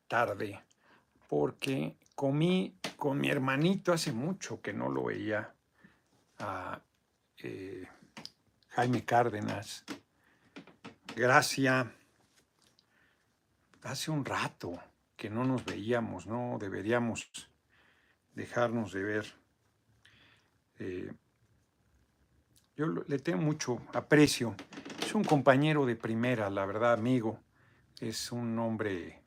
tarde porque comí con mi hermanito, hace mucho que no lo veía, a eh, Jaime Cárdenas, Gracia, hace un rato que no nos veíamos, no deberíamos dejarnos de ver. Eh, le tengo mucho aprecio, es un compañero de primera, la verdad, amigo, es un hombre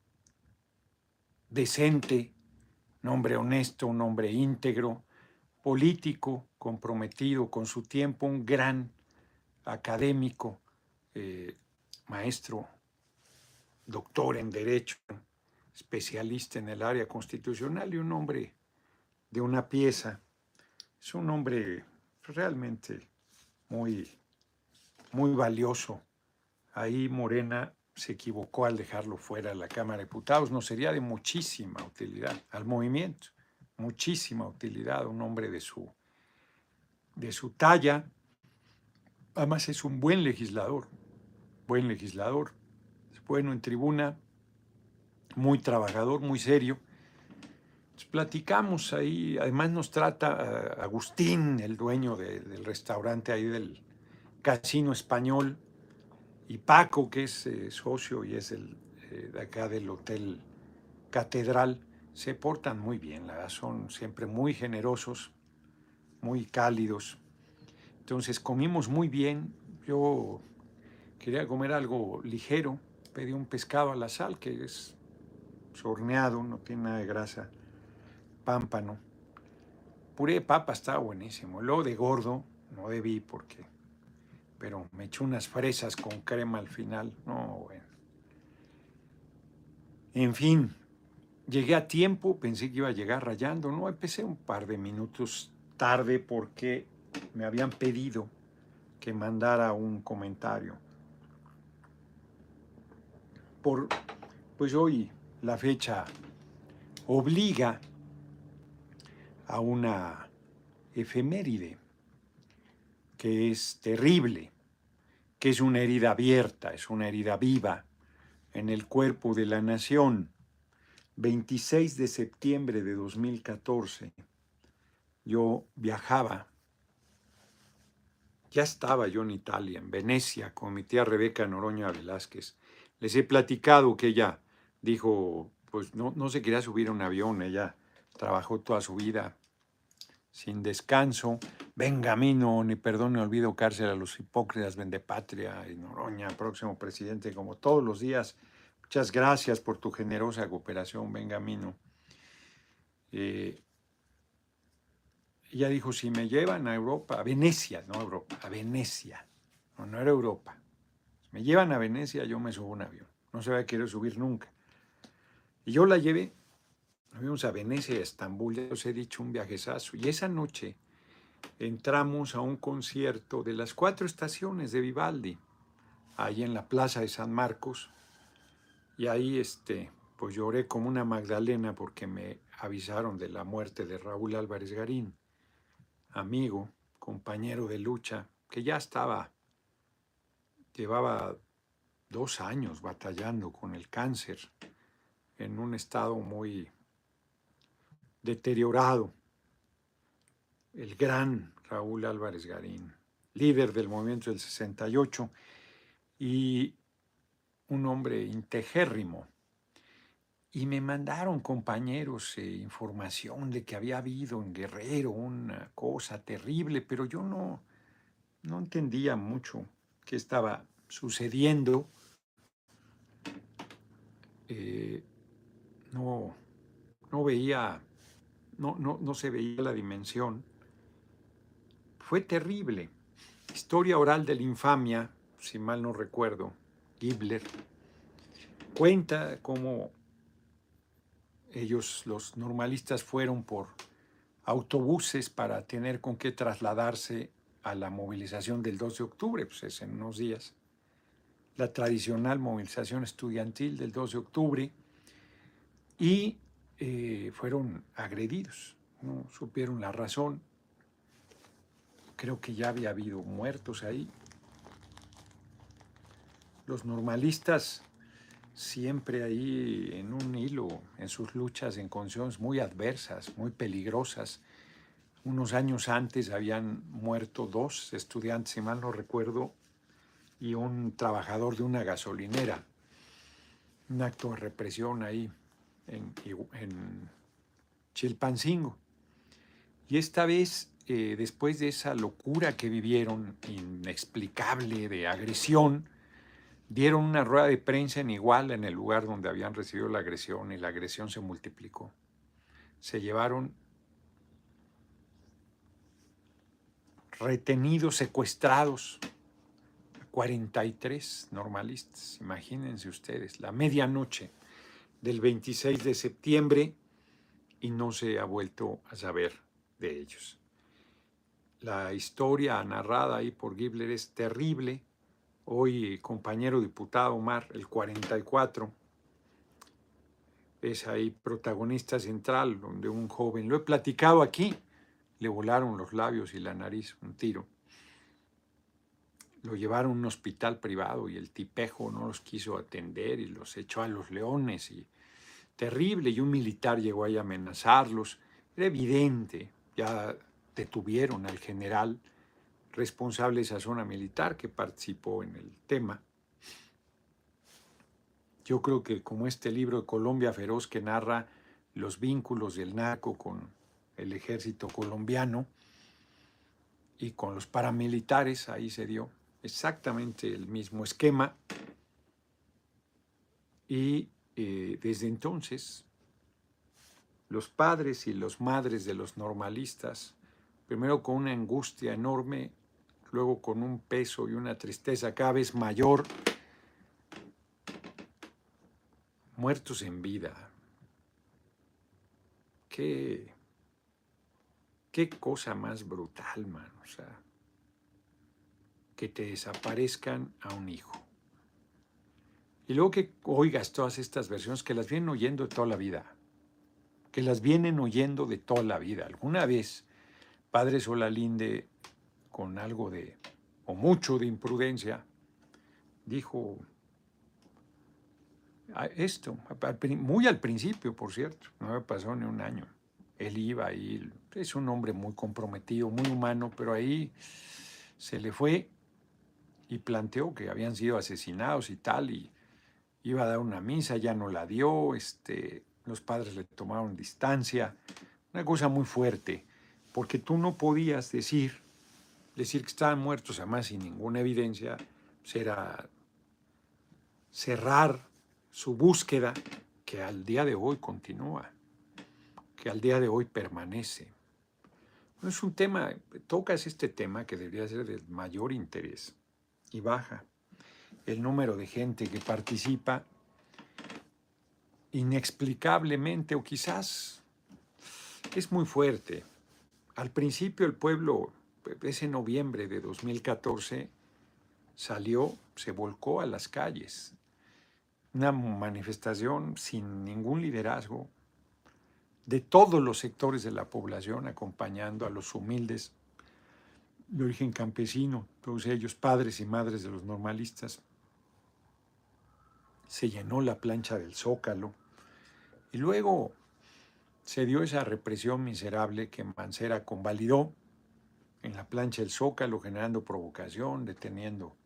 decente, un hombre honesto, un hombre íntegro, político, comprometido con su tiempo, un gran académico, eh, maestro, doctor en Derecho, especialista en el área constitucional y un hombre de una pieza. Es un hombre realmente muy, muy valioso. Ahí Morena se equivocó al dejarlo fuera de la Cámara de Diputados. Nos sería de muchísima utilidad al movimiento, muchísima utilidad, un hombre de su talla. Además es un buen legislador, es bueno en tribuna, muy trabajador, muy serio. Entonces, platicamos ahí, además nos trata Agustín, el dueño del restaurante ahí del Casino Español, y Paco, que es socio y es de acá del Hotel Catedral, se portan muy bien, la verdad, son siempre muy generosos, muy cálidos. Entonces comimos muy bien. Yo quería comer algo ligero, pedí un pescado a la sal, que es horneado, no tiene nada de grasa, pámpano. Puré de papa estaba buenísimo. Luego de gordo, no debí porque, pero me eché unas fresas con crema al final. No, bueno. En fin, llegué a tiempo, pensé que iba a llegar rayando. No, empecé un par de minutos tarde porque me habían pedido que mandara un comentario. Pues hoy la fecha obliga a una efeméride que es terrible, que es una herida abierta, es una herida viva en el cuerpo de la nación. 26 de septiembre de 2014, yo viajaba, ya estaba yo en Italia, en Venecia, con mi tía Rebeca Noroña Velázquez. Les he platicado que ella dijo, pues no se quería subir a un avión, ella trabajó toda su vida sin descanso. Benjamino, ni perdón ni olvido, cárcel a los hipócritas, Vendepatria y Noroña, próximo presidente, como todos los días. Muchas gracias por tu generosa cooperación, Benjamino. Ella dijo, si me llevan a Europa, a Venecia, no a Europa, a Venecia, no era Europa. Si me llevan a Venecia, yo me subo a un avión. No se va a querer subir nunca. Y yo la llevé, nos fuimos a Venecia y a Estambul, ya os he dicho, un viajezazo. Y esa noche entramos a un concierto de las 4 estaciones de Vivaldi, ahí en la Plaza de San Marcos, y ahí pues lloré como una Magdalena porque me avisaron de la muerte de Raúl Álvarez Garín, amigo, compañero de lucha, que ya llevaba 2 años batallando con el cáncer, en un estado muy deteriorado. El gran Raúl Álvarez Garín, líder del movimiento del 68 y un hombre integérrimo. Y me mandaron compañeros información de que había habido en Guerrero una cosa terrible, pero yo no entendía mucho qué estaba sucediendo. Eh, no, no veía, no se veía la dimensión. Fue terrible. Historia oral de la infamia, si mal no recuerdo, Gibler, cuenta cómo ellos, los normalistas, fueron por autobuses para tener con qué trasladarse a la movilización del 2 de octubre, pues es en unos días, la tradicional movilización estudiantil del 2 de octubre, y fueron agredidos, no supieron la razón. Creo que ya había habido muertos ahí. Los normalistas siempre ahí en un en sus luchas en condiciones muy adversas, muy peligrosas. Unos años antes habían muerto 2 estudiantes, si mal no recuerdo, y un trabajador de una gasolinera. Un acto de represión ahí en Chilpancingo. Y esta vez, después de esa locura que vivieron, inexplicable, de agresión, dieron una rueda de prensa en Iguala, en el lugar donde habían recibido la agresión, y la agresión se multiplicó. Se llevaron retenidos, secuestrados, 43 normalistas. Imagínense ustedes, la medianoche del 26 de septiembre, y no se ha vuelto a saber de ellos. La historia narrada ahí por Gibler es terrible. Hoy, compañero diputado Omar, el 44, es ahí protagonista central, donde un joven, lo he platicado aquí, le volaron los labios y la nariz, un tiro. Lo llevaron a un hospital privado y el tipejo no los quiso atender y los echó a los leones. Y terrible, y un militar llegó ahí a amenazarlos. Era evidente, ya detuvieron al general responsable de esa zona militar que participó en el tema. Yo creo que como este libro de Colombia Feroz, que narra los vínculos del narco con el ejército colombiano y con los paramilitares, ahí se dio exactamente el mismo esquema. Y desde entonces, los padres y las madres de los normalistas, primero con una angustia enorme, luego con un peso y una tristeza cada vez mayor, muertos en vida. Qué cosa más brutal, man. O sea, que te desaparezcan a un hijo. Y luego que oigas todas estas versiones que las vienen oyendo de toda la vida, que las vienen oyendo de toda la vida. Alguna vez, padre Solalinde, con algo de, o mucho de imprudencia, dijo esto, muy al principio, por cierto, no me pasó ni un año. Él iba ahí, es un hombre muy comprometido, muy humano, pero ahí se le fue y planteó que habían sido asesinados y tal, y iba a dar una misa, ya no la dio, los padres le tomaron distancia, una cosa muy fuerte, porque tú no podías decir que estaban muertos, además sin ninguna evidencia, era cerrar su búsqueda, que al día de hoy continúa, que al día de hoy permanece. Bueno, es un tema, tocas este tema que debería ser del mayor interés, y baja el número de gente que participa inexplicablemente, o quizás es muy fuerte. Al principio el pueblo, ese noviembre de 2014, salió, se volcó a las calles. Una manifestación sin ningún liderazgo de todos los sectores de la población, acompañando a los humildes de origen campesino, todos ellos padres y madres de los normalistas. Se llenó la plancha del Zócalo y luego se dio esa represión miserable que Mancera convalidó en la plancha del Zócalo, generando provocación, deteniendo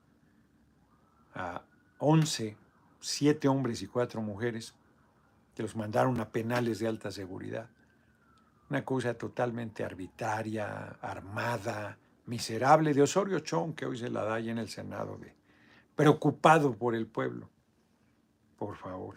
a 11, 7 hombres y 4 mujeres, que los mandaron a penales de alta seguridad. Una cosa totalmente arbitraria, armada, miserable, de Osorio Chong, que hoy se la da ahí en el Senado, preocupado por el pueblo. Por favor.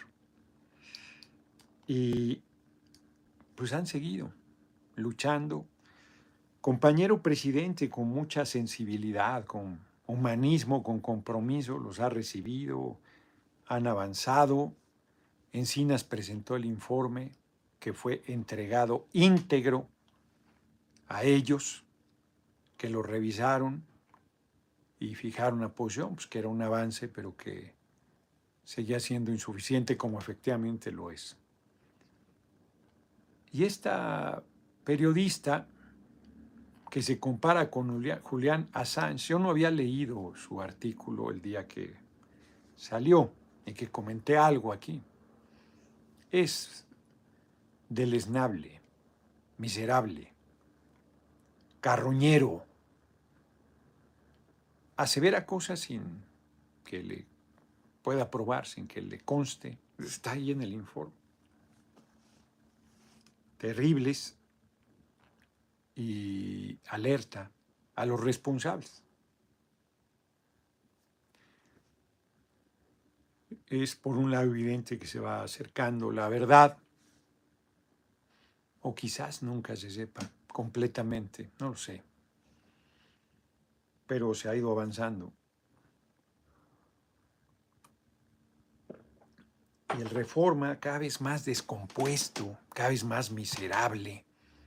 Y pues han seguido luchando. Compañero presidente con mucha sensibilidad, con humanismo, con compromiso, los ha recibido, han avanzado. Encinas presentó el informe que fue entregado íntegro a ellos, que lo revisaron y fijaron una posición, pues que era un avance, pero que seguía siendo insuficiente, como efectivamente lo es. Y esta periodista que se compara con Julian Assange, yo no había leído su artículo el día que salió y que comenté algo aquí. Es deleznable, miserable, carroñero, asevera cosas sin que le pueda probar, sin que le conste. Está ahí en el informe. Terribles, y alerta a los responsables. Es por un lado evidente que se va acercando la verdad, o quizás nunca se sepa completamente, no lo sé, pero se ha ido avanzando. Y el Reforma cada vez más descompuesto, cada vez más miserable,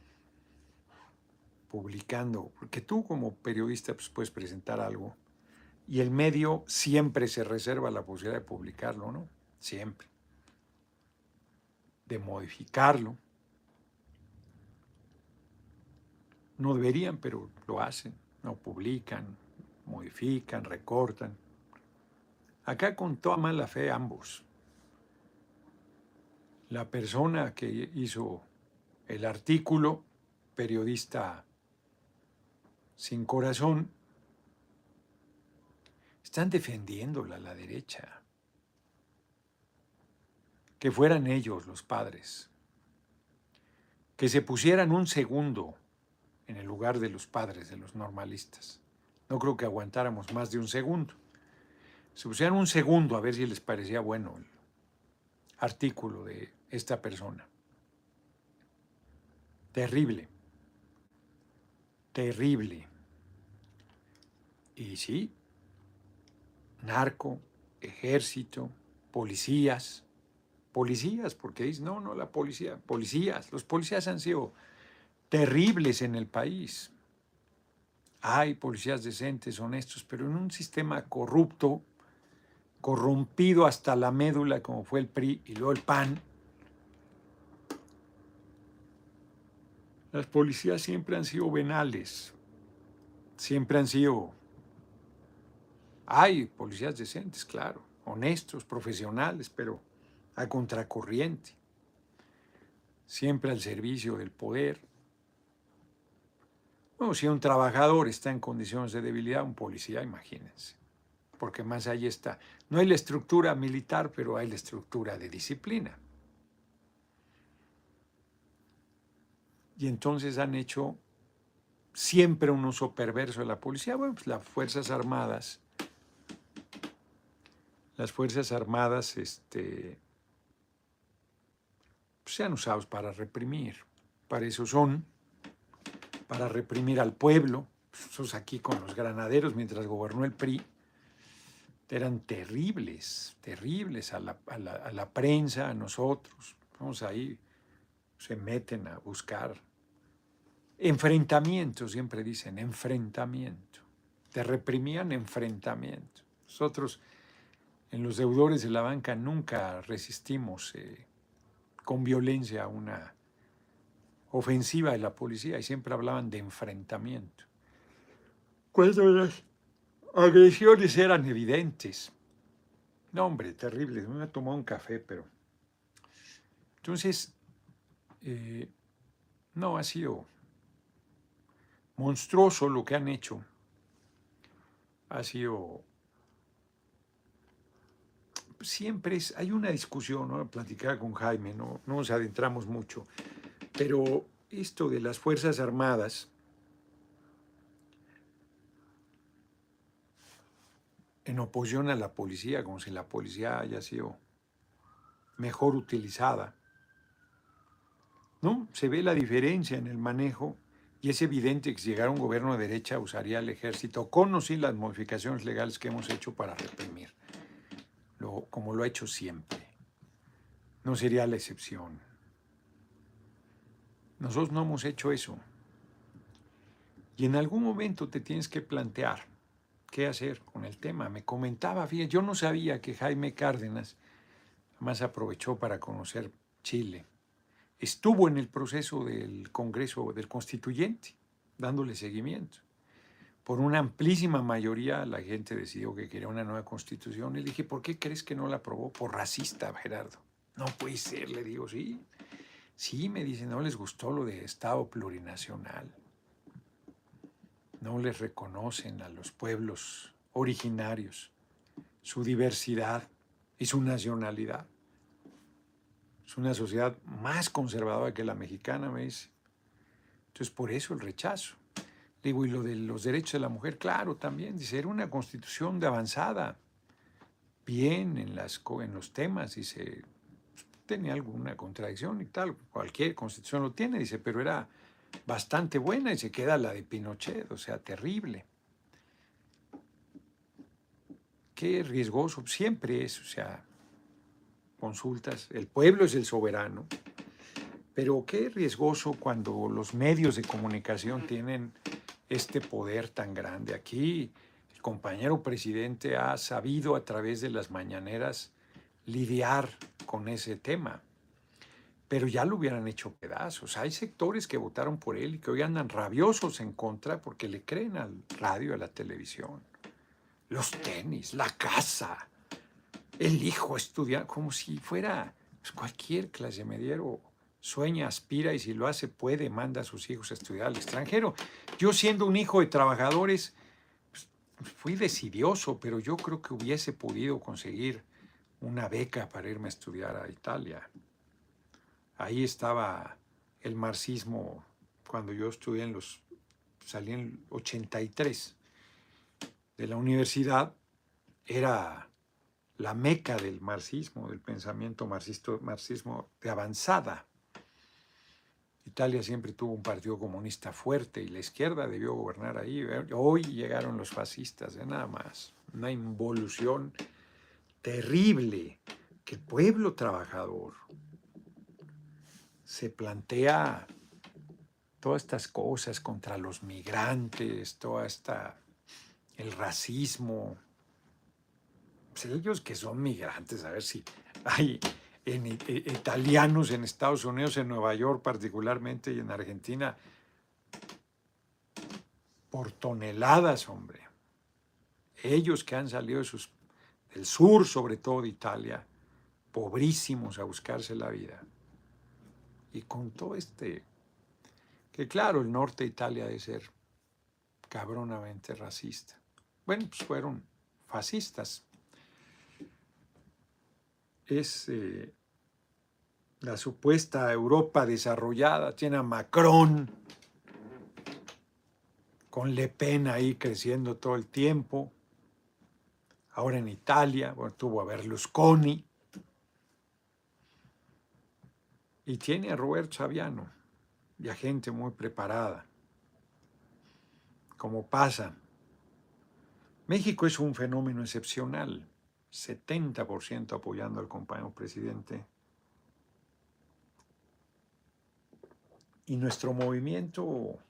publicando, porque tú como periodista pues, puedes presentar algo y el medio siempre se reserva la posibilidad de publicarlo, ¿no? Siempre. De modificarlo. No deberían, pero lo hacen, no publican, modifican, recortan. Acá con toda mala fe ambos. La persona que hizo el artículo, periodista sin corazón, están defendiéndola a la derecha. Que fueran ellos los padres, que se pusieran un segundo en el lugar de los padres, de los normalistas. No creo que aguantáramos más de un segundo. Se pusieran un segundo a ver si les parecía bueno el artículo de esta persona. Terrible. Terrible. Y sí, narco, ejército, policías, porque dicen, no, la policía, policías, los policías han sido terribles en el país. Hay policías decentes, honestos, pero en un sistema corrupto, corrompido hasta la médula, como fue el PRI y luego el PAN, las policías siempre han sido venales, siempre han sido... Hay policías decentes, claro, honestos, profesionales, pero a contracorriente, siempre al servicio del poder. Bueno, si un trabajador está en condiciones de debilidad, un policía, imagínense, porque más ahí está. No hay la estructura militar, pero hay la estructura de disciplina. Y entonces han hecho siempre un uso perverso de la policía. Bueno, pues las Fuerzas Armadas sean usados para reprimir. Para eso son, para reprimir al pueblo. Nosotros aquí con los granaderos, mientras gobernó el PRI, eran terribles, terribles a la prensa, a nosotros. Vamos ahí, se meten a buscar enfrentamiento, siempre dicen, enfrentamiento. Te reprimían, enfrentamiento. Nosotros, en los deudores de la banca, nunca resistimos con violencia una ofensiva de la policía y siempre hablaban de enfrentamiento. Cuando las agresiones eran evidentes. No, hombre, terrible. Me he tomado un café, pero... Entonces, no, ha sido monstruoso lo que han hecho. Ha sido... Siempre hay una discusión, ¿no? Platicaba con Jaime, no nos adentramos mucho, pero esto de las Fuerzas Armadas, en oposición a la policía, como si la policía haya sido mejor utilizada, ¿no? Se ve la diferencia en el manejo y es evidente que si llegara un gobierno de derecha usaría el ejército con o sin las modificaciones legales que hemos hecho para reprimir, como lo ha hecho siempre. No sería la excepción. Nosotros no hemos hecho eso. Y en algún momento te tienes que plantear qué hacer con el tema. Me comentaba, fíjate, yo no sabía que Jaime Cárdenas, además aprovechó para conocer Chile, estuvo en el proceso del Congreso del Constituyente, dándole seguimiento. Por una amplísima mayoría la gente decidió que quería una nueva constitución. Y le dije, ¿por qué crees que no la aprobó? Por racista, Gerardo. No puede ser, le digo, sí. Sí, me dicen, no les gustó lo de Estado plurinacional. No les reconocen a los pueblos originarios su diversidad y su nacionalidad. Es una sociedad más conservadora que la mexicana, me dice. Entonces, por eso el rechazo. Le digo, y lo de los derechos de la mujer, claro, también. Dice, era una constitución de avanzada, bien en los temas, dice, tenía alguna contradicción y tal, cualquier constitución lo tiene, dice, pero era bastante buena y se queda la de Pinochet, o sea, terrible. Qué riesgoso, siempre es, o sea, consultas, el pueblo es el soberano, pero qué riesgoso cuando los medios de comunicación tienen este poder tan grande. Aquí el compañero presidente ha sabido a través de las mañaneras lidiar con ese tema, pero ya lo hubieran hecho pedazos. Hay sectores que votaron por él y que hoy andan rabiosos en contra porque le creen al radio, a la televisión. Los tenis, la casa, el hijo estudiar, como si fuera pues, cualquier clase mediero. Sueña, aspira y si lo hace puede, manda a sus hijos a estudiar al extranjero. Yo siendo un hijo de trabajadores, pues, fui decidioso, pero yo creo que hubiese podido conseguir una beca para irme a estudiar a Italia. Ahí estaba el marxismo cuando yo estudié salí en el 83 de la universidad, era la meca del marxismo, del pensamiento marxismo de avanzada. Italia siempre tuvo un partido comunista fuerte y la izquierda debió gobernar ahí. Hoy llegaron los fascistas, nada más. Una involución terrible que el pueblo trabajador se plantea todas estas cosas contra los migrantes, el racismo. Pues ellos que son migrantes, a ver si hay italianos en Estados Unidos, en Nueva York particularmente y en Argentina, por toneladas, hombre. Ellos que han salido del sur, sobre todo de Italia, pobrísimos a buscarse la vida. Y con todo que claro, el norte de Italia debe ser cabronamente racista. Bueno, pues fueron fascistas. Es la supuesta Europa desarrollada, tiene a Macron, con Le Pen ahí creciendo todo el tiempo. Ahora en Italia, bueno, tuvo a Berlusconi. Y tiene a Roberto Saviano, y a gente muy preparada. Como pasa. México es un fenómeno excepcional. 70% apoyando al compañero presidente. Y nuestro movimiento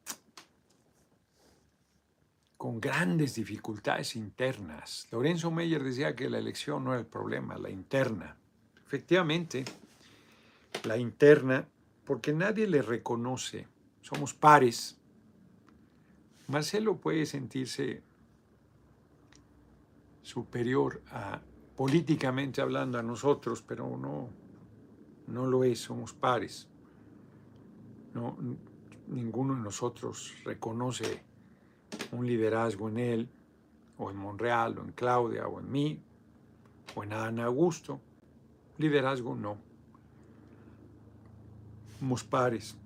con grandes dificultades internas. Lorenzo Meyer decía que la elección no era el problema, la interna. Efectivamente, la interna, porque nadie le reconoce, somos pares. Marcelo puede sentirse superior políticamente hablando a nosotros, pero no lo es, somos pares. No, ninguno de nosotros reconoce un liderazgo en él, o en Monreal, o en Claudia, o en mí, o en Adán Augusto. Liderazgo no. Somos pares.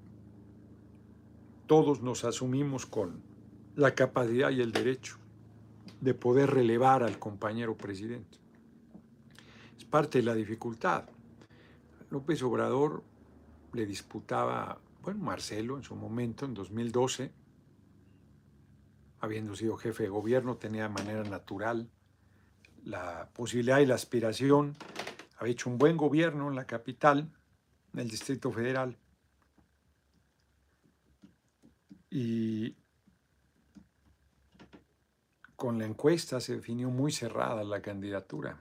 Todos nos asumimos con la capacidad y el derecho de poder relevar al compañero presidente. Es parte de la dificultad. López Obrador le disputaba, bueno, Marcelo en su momento, en 2012, habiendo sido jefe de gobierno, tenía de manera natural la posibilidad y la aspiración, había hecho un buen gobierno en la capital, en el Distrito Federal, y con la encuesta se definió muy cerrada la candidatura.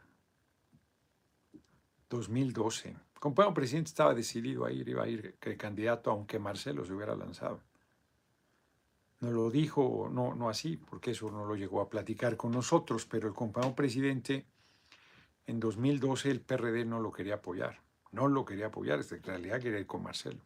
2012. El compañero presidente estaba decidido a ir, iba a ir de candidato, aunque Marcelo se hubiera lanzado. No lo dijo, no así, porque eso no lo llegó a platicar con nosotros, pero el compañero presidente, en 2012 el PRD no lo quería apoyar, no lo quería apoyar, en realidad quería ir con Marcelo.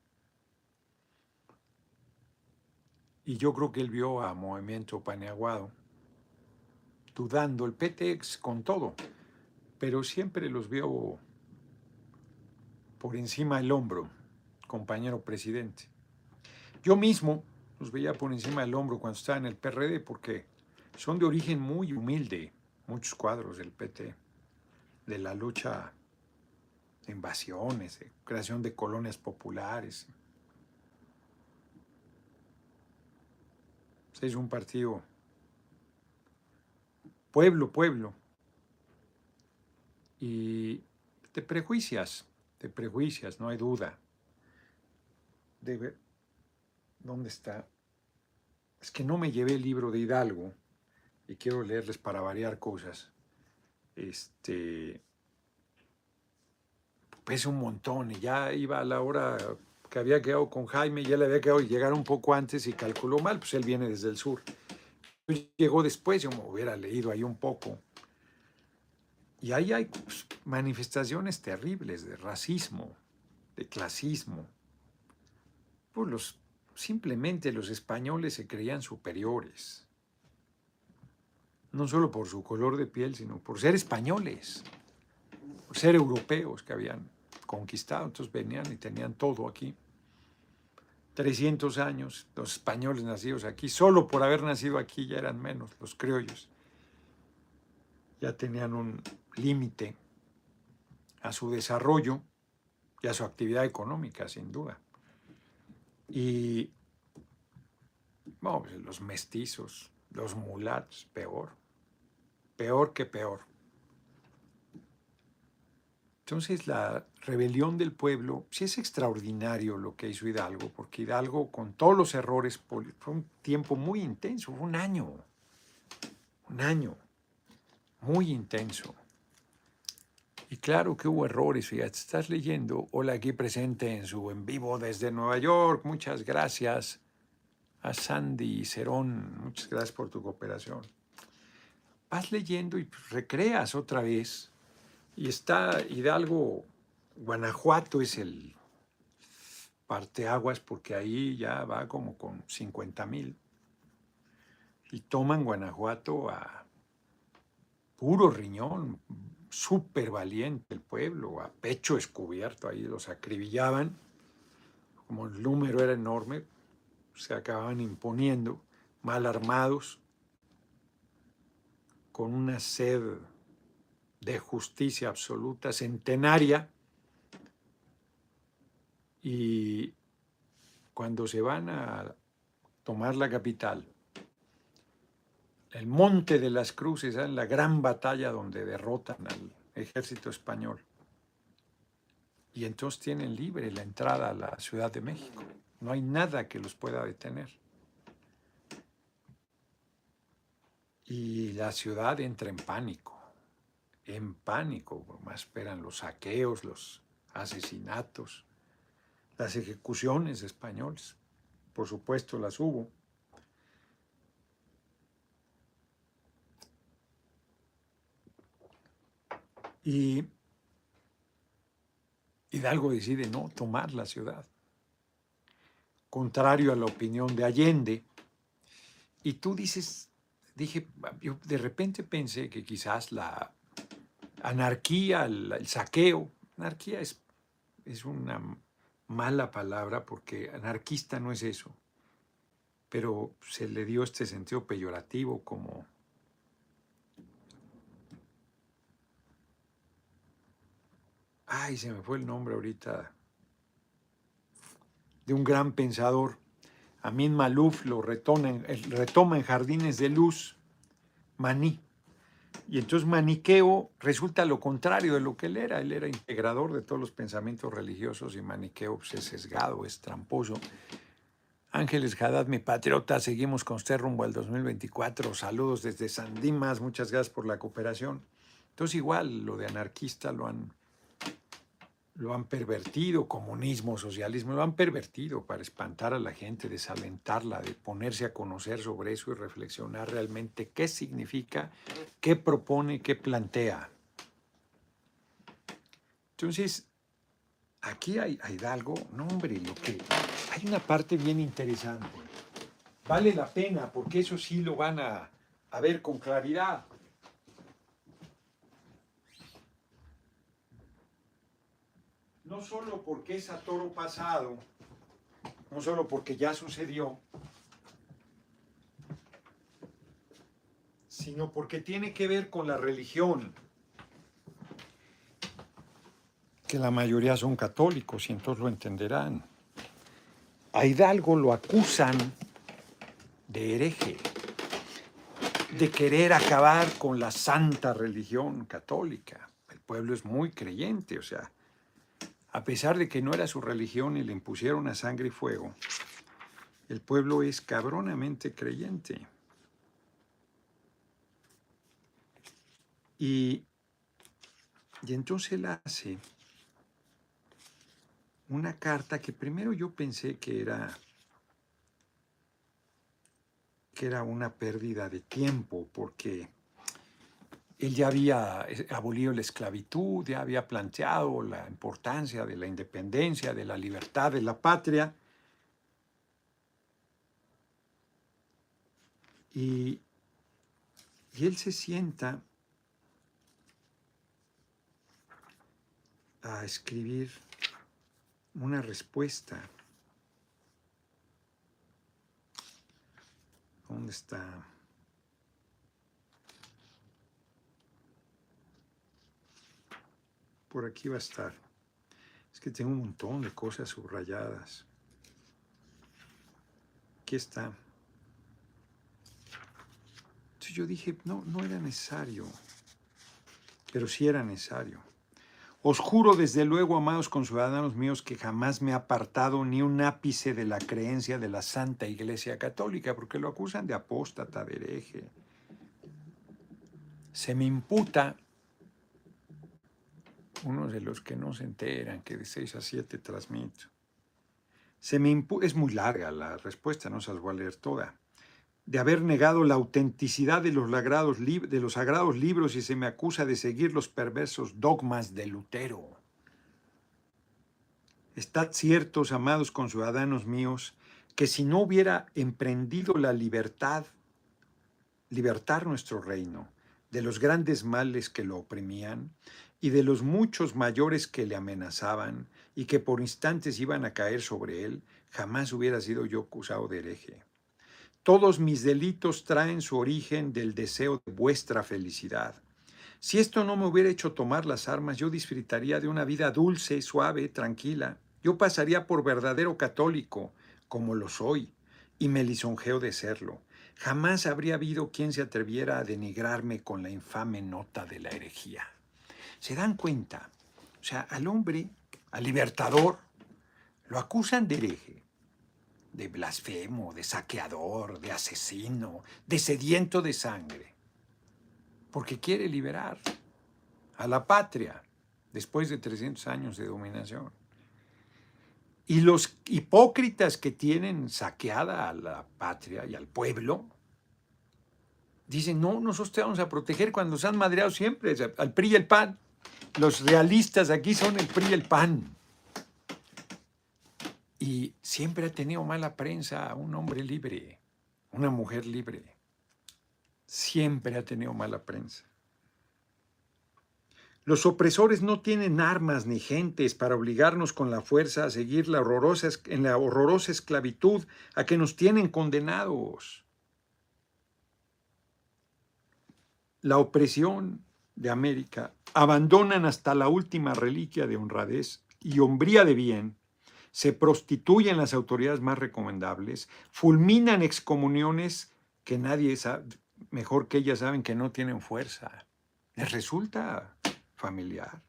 Y yo creo que él vio a Movimiento Paniagua dudando, el PT con todo, pero siempre los vio por encima del hombro, compañero presidente. Yo mismo los veía por encima del hombro cuando estaba en el PRD porque son de origen muy humilde, muchos cuadros del PT, de la lucha de invasiones, de creación de colonias populares. Es un partido pueblo, pueblo, y te prejuicias, no hay duda. ¿Dónde está? Es que no me llevé el libro de Hidalgo y quiero leerles para variar cosas. Pesa un montón y ya iba a la hora que había quedado con Jaime, ya le había quedado llegar un poco antes y calculó mal, pues él viene desde el sur. Llegó después, yo me hubiera leído ahí un poco. Y ahí hay pues, manifestaciones terribles de racismo, de clasismo. Pues simplemente los españoles se creían superiores, no solo por su color de piel, sino por ser españoles, por ser europeos que habían conquistado. Entonces venían y tenían todo aquí. 300 años, los españoles nacidos aquí, solo por haber nacido aquí ya eran menos, los criollos. Ya tenían un límite a su desarrollo y a su actividad económica, sin duda. Y bueno, pues, los mestizos, los mulatos, peor que peor. Entonces la rebelión del pueblo, sí es extraordinario lo que hizo Hidalgo, porque Hidalgo con todos los errores, fue un tiempo muy intenso, fue un año muy intenso. Y claro que hubo errores, fíjate, estás leyendo, hola aquí presente en su en vivo desde Nueva York, muchas gracias a Sandy Cerón, muchas gracias por tu cooperación. Vas leyendo y recreas otra vez, y está Hidalgo, Guanajuato es el parteaguas porque ahí ya va como con 50,000 y toman Guanajuato a puro riñón, súper valiente el pueblo, a pecho descubierto, ahí los acribillaban, como el número era enorme, se acababan imponiendo, mal armados, con una sed de justicia absoluta, centenaria, y cuando se van a tomar la capital, el Monte de las Cruces, en la gran batalla donde derrotan al ejército español. Y entonces tienen libre la entrada a la Ciudad de México. No hay nada que los pueda detener. Y la ciudad entra en pánico, más esperan los saqueos, los asesinatos, las ejecuciones de españoles. Por supuesto las hubo. Y Hidalgo decide no tomar la ciudad, contrario a la opinión de Allende. Y tú yo de repente pensé que quizás la anarquía, el saqueo, anarquía es una mala palabra porque anarquista no es eso, pero se le dio este sentido peyorativo como ay, se me fue el nombre ahorita, de un gran pensador, Amin Malouf lo retoma en Jardines de Luz, Maní. Y entonces maniqueo resulta lo contrario de lo que él era integrador de todos los pensamientos religiosos y maniqueo pues, es sesgado, es tramposo. Ángeles Haddad, mi patriota, seguimos con usted rumbo al 2024. Saludos desde San Dimas, muchas gracias por la cooperación. Entonces igual lo de anarquista lo han pervertido, comunismo, socialismo, lo han pervertido para espantar a la gente, desalentarla, de ponerse a conocer sobre eso y reflexionar realmente qué significa, qué propone, qué plantea. Entonces, aquí hay Hidalgo, no hombre, hay una parte bien interesante. Vale la pena, porque eso sí lo van a ver con claridad. No solo porque es a toro pasado, no solo porque ya sucedió, sino porque tiene que ver con la religión, que la mayoría son católicos y entonces lo entenderán. A Hidalgo lo acusan de hereje, de querer acabar con la santa religión católica. El pueblo es muy creyente, o sea, a pesar de que no era su religión y le impusieron a sangre y fuego, el pueblo es cabronamente creyente. Y entonces él hace una carta que primero yo pensé que era una pérdida de tiempo, porque él ya había abolido la esclavitud, ya había planteado la importancia de la independencia, de la libertad de la patria. Y él se sienta a escribir una respuesta. ¿Dónde está? Por aquí va a estar. Es que tengo un montón de cosas subrayadas. Aquí está. Entonces yo dije, no era necesario, pero sí era necesario. Os juro desde luego, amados conciudadanos míos, que jamás me he apartado ni un ápice de la creencia de la Santa Iglesia Católica, porque lo acusan de apóstata, de hereje. Se me imputa, uno de los que no se enteran, que de 6 a 7 transmito. Es muy larga la respuesta, no se las voy a leer toda. De haber negado la autenticidad de los sagrados libros y se me acusa de seguir los perversos dogmas de Lutero. Estad ciertos, amados conciudadanos míos, que si no hubiera emprendido la libertar nuestro reino de los grandes males que lo oprimían y de los muchos mayores que le amenazaban y que por instantes iban a caer sobre él, jamás hubiera sido yo acusado de hereje. Todos mis delitos traen su origen del deseo de vuestra felicidad. Si esto no me hubiera hecho tomar las armas, yo disfrutaría de una vida dulce, suave, tranquila. Yo pasaría por verdadero católico, como lo soy, y me lisonjeo de serlo. Jamás habría habido quien se atreviera a denigrarme con la infame nota de la herejía. ¿Se dan cuenta? O sea, al hombre, al libertador, lo acusan de hereje, de blasfemo, de saqueador, de asesino, de sediento de sangre, porque quiere liberar a la patria después de 300 años de dominación. Y los hipócritas que tienen saqueada a la patria y al pueblo dicen, no, nosotros te vamos a proteger cuando se han madreado siempre al PRI y el PAN. Los realistas aquí son el PRI y el PAN. Y siempre ha tenido mala prensa un hombre libre, una mujer libre. Siempre ha tenido mala prensa. Los opresores no tienen armas ni gentes para obligarnos con la fuerza a seguir en la horrorosa esclavitud a que nos tienen condenados. La opresión de América abandonan hasta la última reliquia de honradez y hombría de bien, se prostituyen las autoridades más recomendables, fulminan excomuniones que nadie sabe, mejor que ellas saben que no tienen fuerza. Les resulta familiar.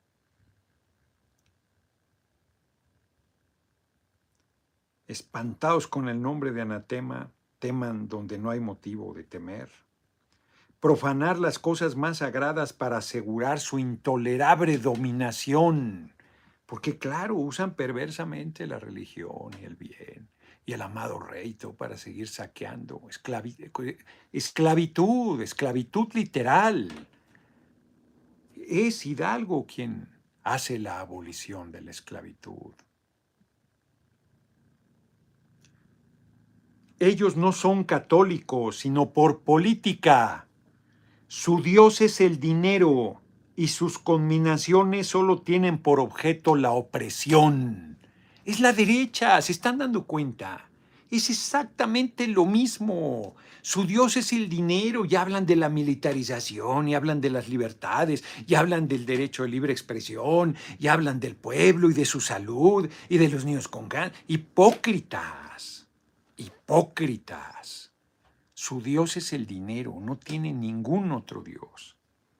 Espantados con el nombre de anatema, teman donde no hay motivo de temer. Profanar las cosas más sagradas para asegurar su intolerable dominación. Porque claro, usan perversamente la religión y el bien y el amado rey para seguir saqueando. Esclavitud literal. Es Hidalgo quien hace la abolición de la esclavitud. Ellos no son católicos, sino por política. Su Dios es el dinero y sus conminaciones solo tienen por objeto la opresión. Es la derecha, ¿se están dando cuenta? Es exactamente lo mismo. Su Dios es el dinero y hablan de la militarización y hablan de las libertades y hablan del derecho de libre expresión y hablan del pueblo y de su salud y de los niños con cáncer. Hipócritas, hipócritas. Su Dios es el dinero, no tiene ningún otro Dios.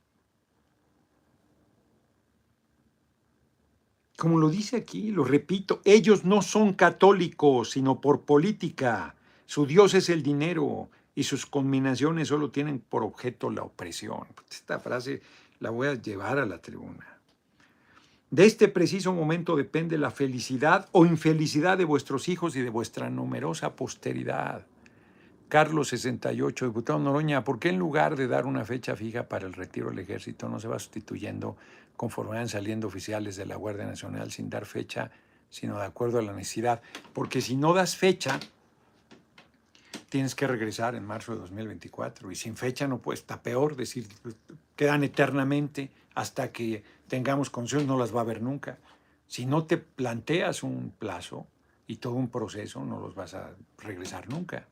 Como lo dice aquí, lo repito, ellos no son católicos, sino por política. Su Dios es el dinero y sus conminaciones solo tienen por objeto la opresión. Esta frase la voy a llevar a la tribuna. De este preciso momento depende la felicidad o infelicidad de vuestros hijos y de vuestra numerosa posteridad. Carlos 68, diputado Noroña, ¿por qué en lugar de dar una fecha fija para el retiro del ejército no se va sustituyendo conforme van saliendo oficiales de la Guardia Nacional sin dar fecha, sino de acuerdo a la necesidad? Porque si no das fecha, tienes que regresar en marzo de 2024 y sin fecha no puede, está peor, decir, quedan eternamente hasta que tengamos concesión, no las va a haber nunca. Si no te planteas un plazo y todo un proceso, no los vas a regresar nunca.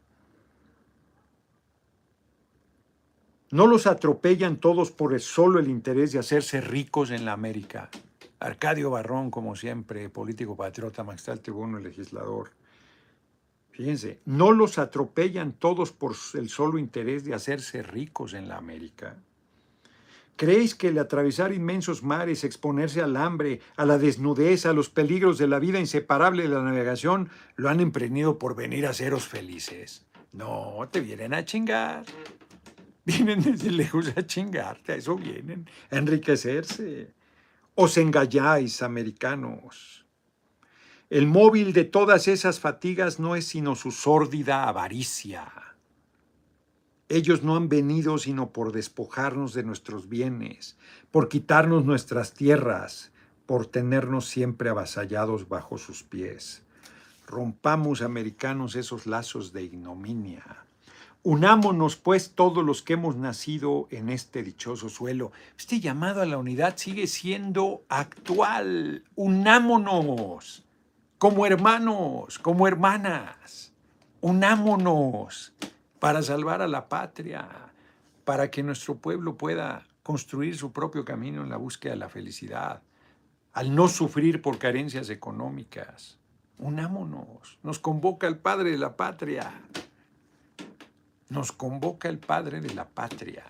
No los atropellan todos por solo el interés de hacerse ricos en la América. Arcadio Barrón, como siempre, político patriota, magistral tribuno y legislador. Fíjense, no los atropellan todos por el solo interés de hacerse ricos en la América. ¿Creéis que el atravesar inmensos mares, exponerse al hambre, a la desnudez, a los peligros de la vida inseparable de la navegación, lo han emprendido por venir a haceros felices? No, te vienen a chingar. Vienen desde lejos a chingarte, a eso vienen, a enriquecerse. Os engañáis, americanos. El móvil de todas esas fatigas no es sino su sórdida avaricia. Ellos no han venido sino por despojarnos de nuestros bienes, por quitarnos nuestras tierras, por tenernos siempre avasallados bajo sus pies. Rompamos, americanos, esos lazos de ignominia. Unámonos, pues, todos los que hemos nacido en este dichoso suelo. Este llamado a la unidad sigue siendo actual. Unámonos como hermanos, como hermanas. Unámonos para salvar a la patria, para que nuestro pueblo pueda construir su propio camino en la búsqueda de la felicidad, al no sufrir por carencias económicas. Unámonos. Nos convoca el Padre de la Patria. Nos convoca el Padre de la Patria.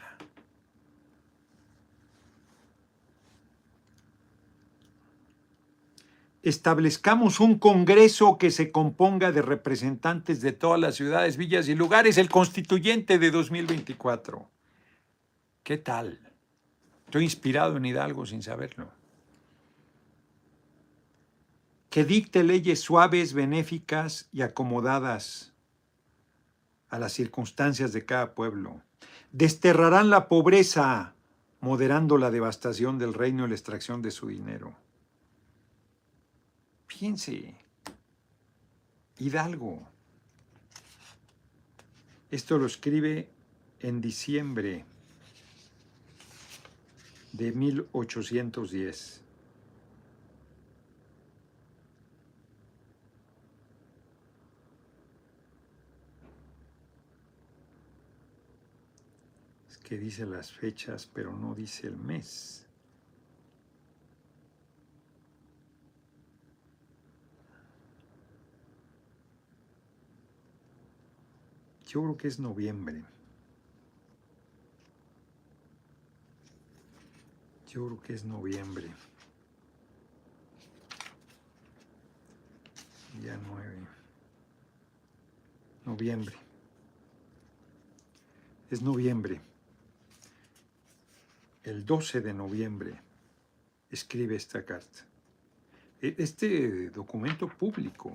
Establezcamos un congreso que se componga de representantes de todas las ciudades, villas y lugares, el constituyente de 2024. ¿Qué tal? Estoy inspirado en Hidalgo sin saberlo. Que dicte leyes suaves, benéficas y acomodadas a las circunstancias de cada pueblo. Desterrarán la pobreza, moderando la devastación del reino y la extracción de su dinero. Fíjense, Hidalgo. Esto lo escribe en diciembre de 1810. Es que dice las fechas, pero no dice el mes. Yo creo que es noviembre. Yo creo que es noviembre. Día 9. Noviembre. Es noviembre. El 12 de noviembre escribe esta carta. Este documento público.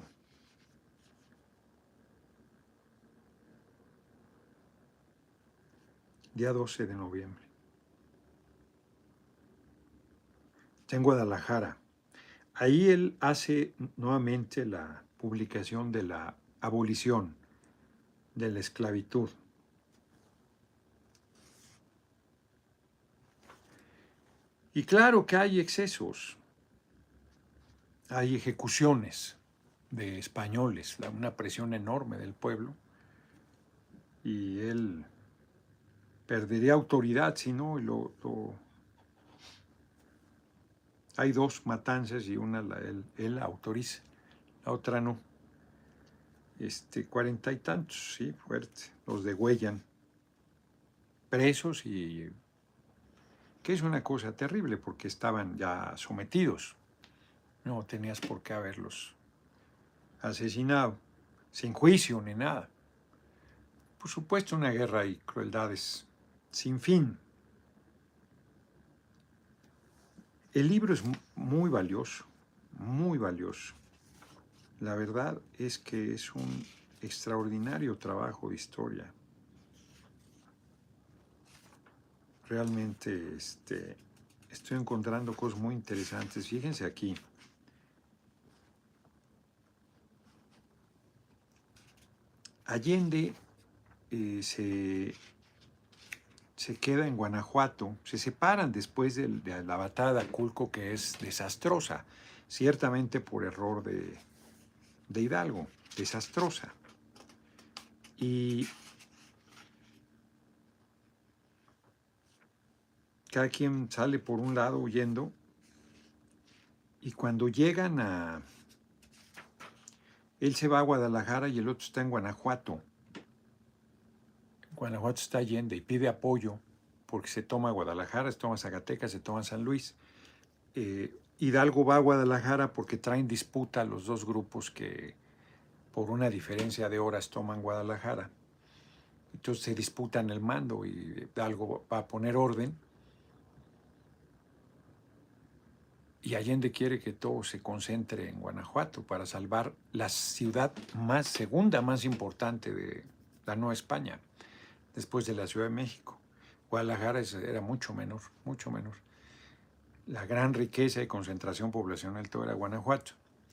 Día 12 de noviembre. está en Guadalajara. Ahí él hace nuevamente la publicación de la abolición de la esclavitud. Y claro que hay excesos, hay ejecuciones de españoles, una presión enorme del pueblo, y él perdería autoridad si no. Hay dos matanzas y una él autoriza, la otra no. 40 y tantos, sí, fuerte, los degüellan, presos, y que es una cosa terrible porque estaban ya sometidos, no tenías por qué haberlos asesinado, sin juicio ni nada. Por supuesto, una guerra y crueldades sin fin. El libro es muy valioso, muy valioso. La verdad es que es un extraordinario trabajo de historia. Realmente estoy encontrando cosas muy interesantes. Fíjense aquí. Allende se queda en Guanajuato, se separan después de la batalla de Aculco, que es desastrosa, ciertamente por error de Hidalgo, desastrosa. Y cada quien sale por un lado huyendo, y cuando llegan él se va a Guadalajara y el otro está en Guanajuato. Guanajuato está Allende y pide apoyo porque se toma Guadalajara, se toma Zacatecas, se toma San Luis. Hidalgo va a Guadalajara porque traen disputa los dos grupos que por una diferencia de horas toman Guadalajara. Entonces se disputan el mando y Hidalgo va a poner orden. Y Allende quiere que todo se concentre en Guanajuato para salvar la ciudad segunda más importante de la Nueva España, después de la Ciudad de México. Guadalajara era mucho menor, mucho menor. La gran riqueza y concentración poblacional todo era Guanajuato.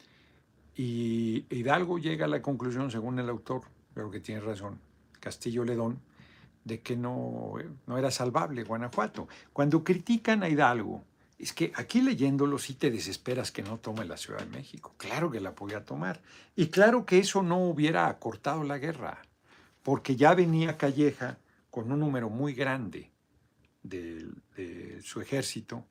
Y Hidalgo llega a la conclusión, según el autor, creo que tiene razón, Castillo Ledón, de que no era salvable Guanajuato. Cuando critican a Hidalgo, es que aquí leyéndolo sí te desesperas que no tome la Ciudad de México. Claro que la podía tomar. Y claro que eso no hubiera acortado la guerra, porque ya venía Calleja con un número muy grande de su ejército.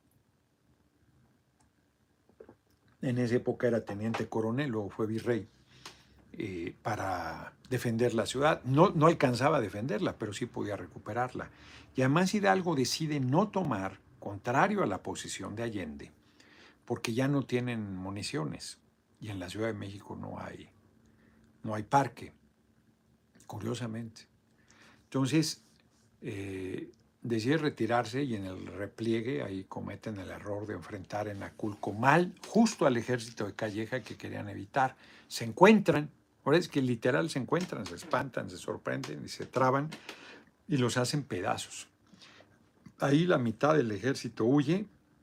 En esa época era teniente coronel, luego fue virrey, para defender la ciudad. No alcanzaba a defenderla, pero sí podía recuperarla. Y además Hidalgo decide no tomar, contrario a la posición de Allende, porque ya no tienen municiones. Y en la Ciudad de México no hay parque, curiosamente. Entonces, decide retirarse y en el repliegue ahí cometen el error de enfrentar en Aculco mal justo al ejército de Calleja que querían evitar. Se encuentran, ahora es que literal se encuentran, se espantan, se sorprenden y se traban y los hacen pedazos. Ahí la mitad del ejército huye,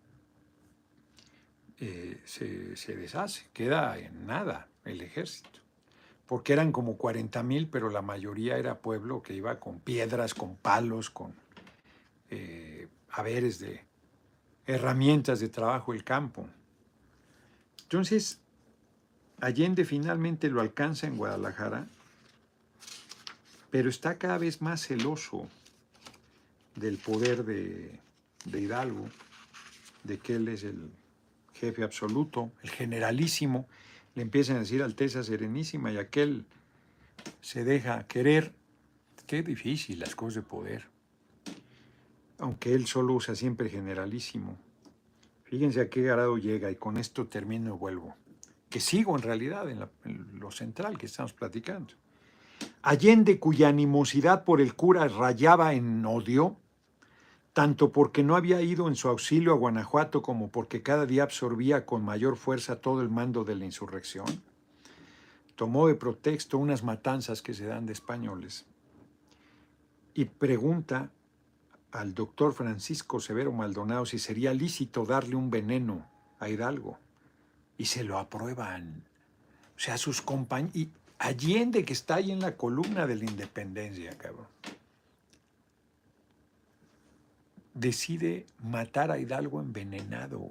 se deshace, queda en nada el ejército, porque eran como 40,000, pero la mayoría era pueblo que iba con piedras, con palos, con haberes de herramientas de trabajo del campo. Entonces, Allende finalmente lo alcanza en Guadalajara, pero está cada vez más celoso del poder de Hidalgo, de que él es el jefe absoluto, el generalísimo. Le empiezan a decir Alteza Serenísima y aquel se deja querer. Qué difícil las cosas de poder. Aunque él solo usa siempre generalísimo. Fíjense a qué grado llega, y con esto termino y vuelvo. Que sigo en realidad en lo central que estamos platicando. Allende, cuya animosidad por el cura rayaba en odio, tanto porque no había ido en su auxilio a Guanajuato como porque cada día absorbía con mayor fuerza todo el mando de la insurrección, tomó de pretexto unas matanzas que se dan de españoles y pregunta al doctor Francisco Severo Maldonado si sería lícito darle un veneno a Hidalgo. Y se lo aprueban. O sea, sus compañeros... Y Allende, que está ahí en la columna de la Independencia, cabrón, decide matar a Hidalgo envenenado.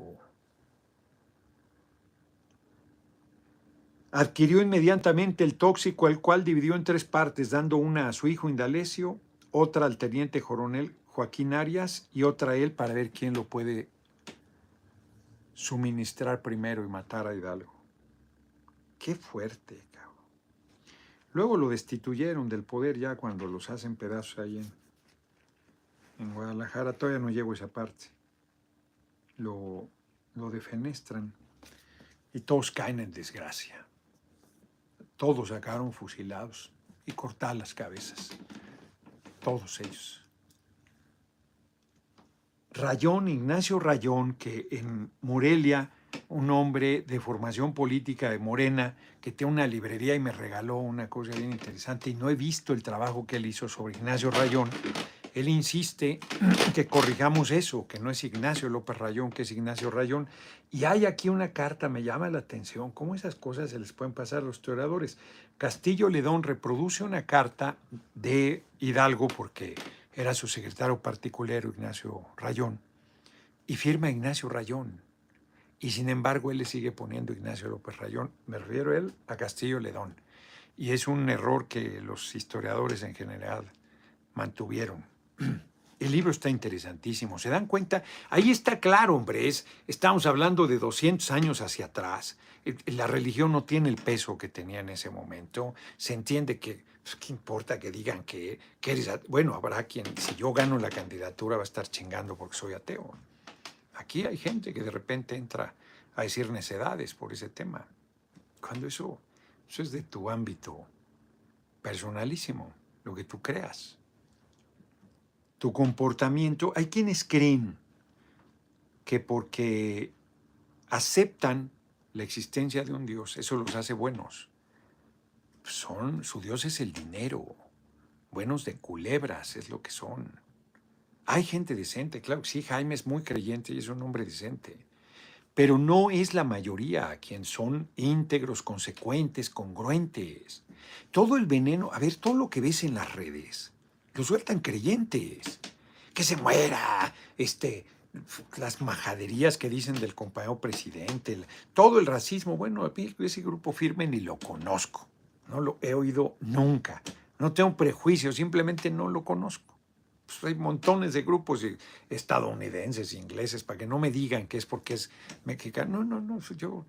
Adquirió inmediatamente el tóxico, el cual dividió en 3 partes, dando una a su hijo Indalecio, otra al teniente coronel Joaquín Arias y otra a él para ver quién lo puede suministrar primero y matar a Hidalgo. Qué fuerte, cabrón. Luego lo destituyeron del poder ya cuando los hacen pedazos ahí en Guadalajara. Todavía no llego a esa parte. Lo defenestran y todos caen en desgracia. Todos acabaron fusilados y cortadas las cabezas. Todos ellos. Rayón, Ignacio Rayón, que en Morelia, un hombre de formación política de Morena, que tiene una librería y me regaló una cosa bien interesante, y no he visto el trabajo que él hizo sobre Ignacio Rayón. Él insiste que corrijamos eso, que no es Ignacio López Rayón, que es Ignacio Rayón. Y hay aquí una carta, me llama la atención, cómo esas cosas se les pueden pasar a los historiadores. Castillo Ledón reproduce una carta de Hidalgo, porque era su secretario particular, Ignacio Rayón, y firma Ignacio Rayón. Y sin embargo, él le sigue poniendo Ignacio López Rayón. Me refiero a él, a Castillo Ledón. Y es un error que los historiadores en general mantuvieron. El libro está interesantísimo, ¿se dan cuenta? Ahí está claro, hombre, estamos hablando de 200 años hacia atrás. La religión no tiene el peso que tenía en ese momento. Se entiende que, pues, ¿qué importa que digan que eres ateo? Bueno, habrá quien, si yo gano la candidatura, va a estar chingando porque soy ateo. Aquí hay gente que de repente entra a decir necedades por ese tema, cuando eso es de tu ámbito personalísimo, lo que tú creas. Tu comportamiento, hay quienes creen que porque aceptan la existencia de un Dios, eso los hace buenos. Su Dios es el dinero, buenos de culebras es lo que son. Hay gente decente, claro que sí, Jaime es muy creyente y es un hombre decente, pero no es la mayoría a quien son íntegros, consecuentes, congruentes. Todo el veneno, a ver, todo lo que ves en las redes, lo sueltan creyentes. Que se muera, las majaderías que dicen del compañero presidente, todo el racismo. Bueno, a mí ese grupo firme ni lo conozco, no lo he oído nunca, no tengo prejuicios, simplemente no lo conozco. Pues hay montones de grupos estadounidenses, ingleses, para que no me digan que es porque es mexicano. No, yo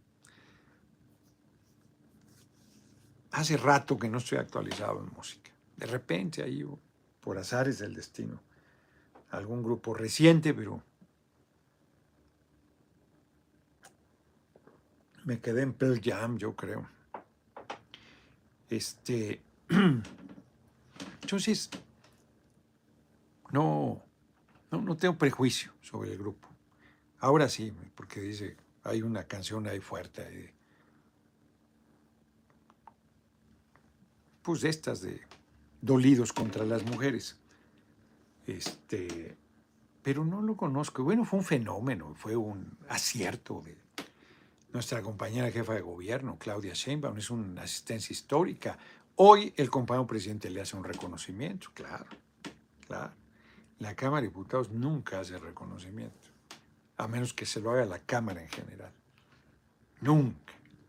hace rato que no estoy actualizado en música. De repente ahí, por azares del destino, algún grupo reciente, pero me quedé en Pearl Jam, yo creo. Entonces, no tengo prejuicio sobre el grupo. Ahora sí, porque dice, hay una canción ahí fuerte, pues de estas de dolidos contra las mujeres. Pero no lo conozco. Bueno, fue un fenómeno, fue un acierto de nuestra compañera jefa de gobierno, Claudia Sheinbaum, es una asistencia histórica. Hoy el compañero presidente le hace un reconocimiento, claro. La Cámara de Diputados nunca hace reconocimiento, a menos que se lo haga la Cámara en general. Nunca.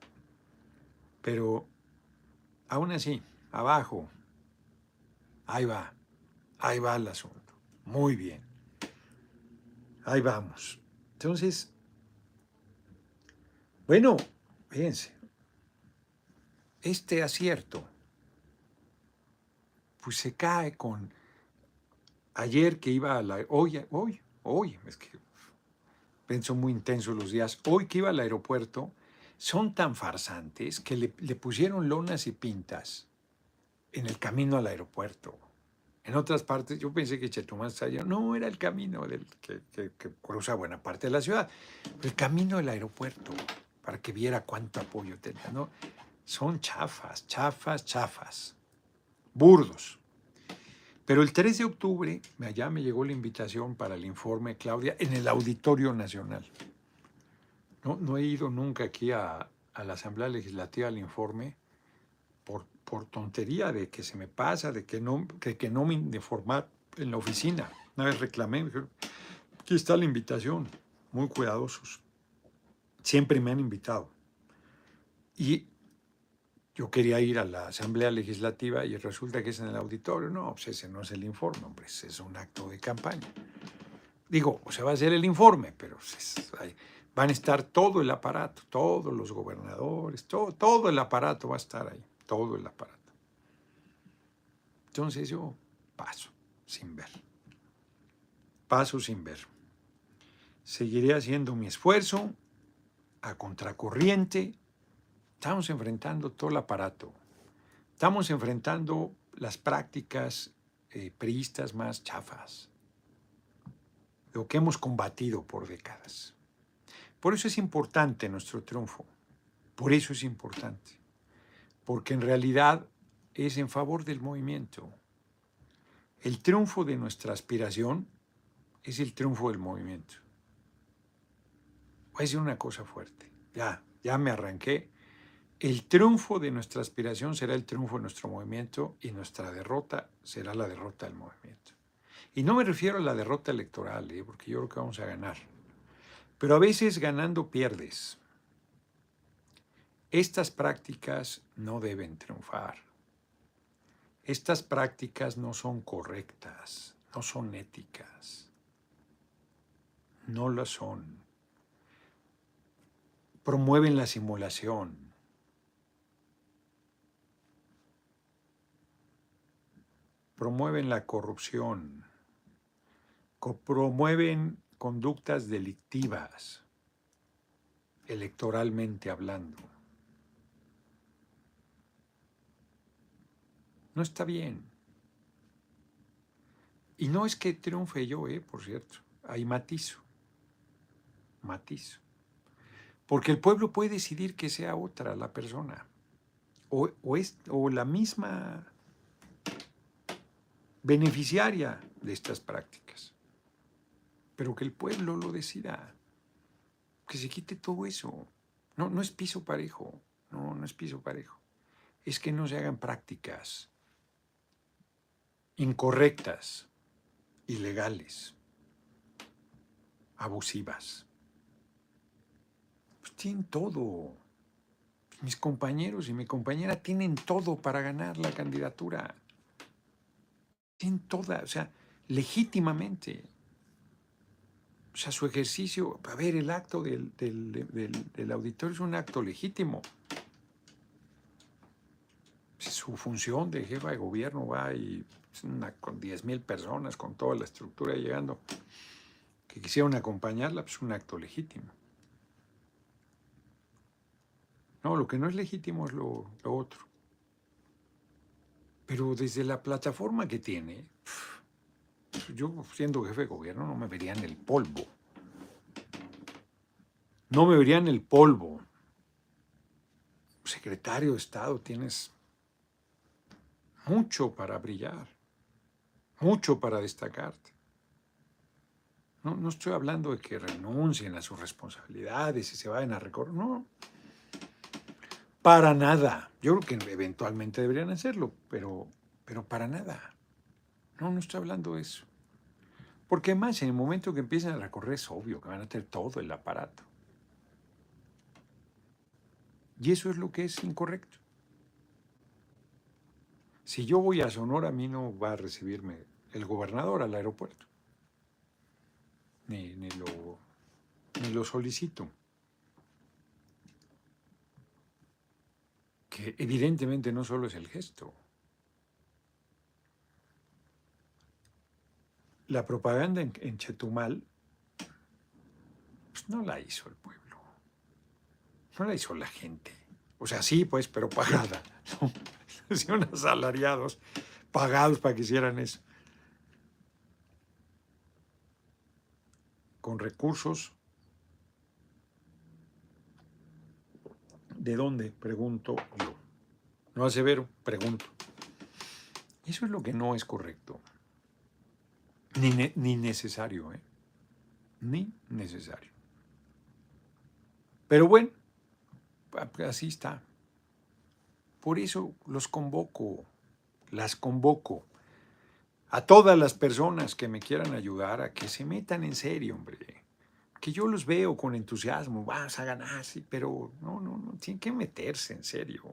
Pero aún así, abajo, ahí va el asunto. Muy bien. Ahí vamos. Entonces, bueno, fíjense, este acierto, pues se cae con ayer que iba a hoy, es que pienso muy intenso los días, hoy que iba al aeropuerto, son tan farsantes que le pusieron lonas y pintas en el camino al aeropuerto. En otras partes, yo pensé que Chetumal estaba, no, era el camino que cruza buena parte de la ciudad, el camino del aeropuerto, para que viera cuánto apoyo tenía, ¿no? Son chafas, burdos. Pero el 3 de octubre ya me llegó la invitación para el informe, Claudia, en el Auditorio Nacional. No he ido nunca aquí a la Asamblea Legislativa al informe por tontería de que se me pasa, de que no me informar en la oficina. Una vez reclamé, me dijeron, aquí está la invitación, muy cuidadosos. Siempre me han invitado. Y yo quería ir a la Asamblea Legislativa y resulta que es en el auditorio. No, pues ese no es el informe, hombre, ese es un acto de campaña. Digo, o sea, va a ser el informe, pero van a estar todo el aparato, todos los gobernadores, todo el aparato va a estar ahí, todo el aparato. Entonces yo paso sin ver. Paso sin ver. Seguiré haciendo mi esfuerzo a contracorriente. Estamos enfrentando todo el aparato. Estamos enfrentando las prácticas priistas más chafas, lo que hemos combatido por décadas. Por eso es importante nuestro triunfo. Por eso es importante. Porque en realidad es en favor del movimiento. El triunfo de nuestra aspiración es el triunfo del movimiento. Voy a decir una cosa fuerte. Ya me arranqué. El triunfo de nuestra aspiración será el triunfo de nuestro movimiento y nuestra derrota será la derrota del movimiento. Y no me refiero a la derrota electoral, porque yo creo que vamos a ganar. Pero a veces ganando pierdes. Estas prácticas no deben triunfar. Estas prácticas no son correctas, no son éticas. No lo son. Promueven la simulación. Promueven la corrupción. Promueven conductas delictivas, electoralmente hablando. No está bien. Y no es que triunfe yo, por cierto. Ahí matizo. Porque el pueblo puede decidir que sea otra la persona. O la misma beneficiaria de estas prácticas. Pero que el pueblo lo decida. Que se quite todo eso. No es piso parejo. No es piso parejo. Es que no se hagan prácticas incorrectas, ilegales, abusivas. Pues tienen todo. Mis compañeros y mi compañera tienen todo para ganar la candidatura. Tienen toda, o sea, legítimamente. O sea, su ejercicio, a ver, el acto del auditorio es un acto legítimo. Su función de jefa de gobierno va y con 10,000 personas, con toda la estructura llegando, que quisieron acompañarla, pues es un acto legítimo. No, lo que no es legítimo es lo otro. Pero desde la plataforma que tiene, yo siendo jefe de gobierno no me vería en el polvo. No me vería en el polvo. Secretario de Estado, tienes mucho para brillar, mucho para destacarte. No estoy hablando de que renuncien a sus responsabilidades y se vayan a recorrer, no. Para nada. Yo creo que eventualmente deberían hacerlo, pero para nada. No estoy hablando de eso. Porque además, en el momento que empiezan a recorrer, es obvio que van a tener todo el aparato. Y eso es lo que es incorrecto. Si yo voy a Sonora, a mí no va a recibirme el gobernador al aeropuerto. Ni lo solicito. Que evidentemente no solo es el gesto. La propaganda en Chetumal, pues no la hizo el pueblo. No la hizo la gente. O sea, sí, pues, pero pagada. Son asalariados, pagados para que hicieran eso. Con recursos. ¿De dónde? Pregunto yo. No asevero, pregunto. Eso es lo que no es correcto. Ni necesario, ¿eh? Ni necesario. Pero bueno, así está. Por eso los convoco, las convoco a todas las personas que me quieran ayudar a que se metan en serio, hombre. Que yo los veo con entusiasmo, vas a ganar, sí, pero no, tienen que meterse en serio.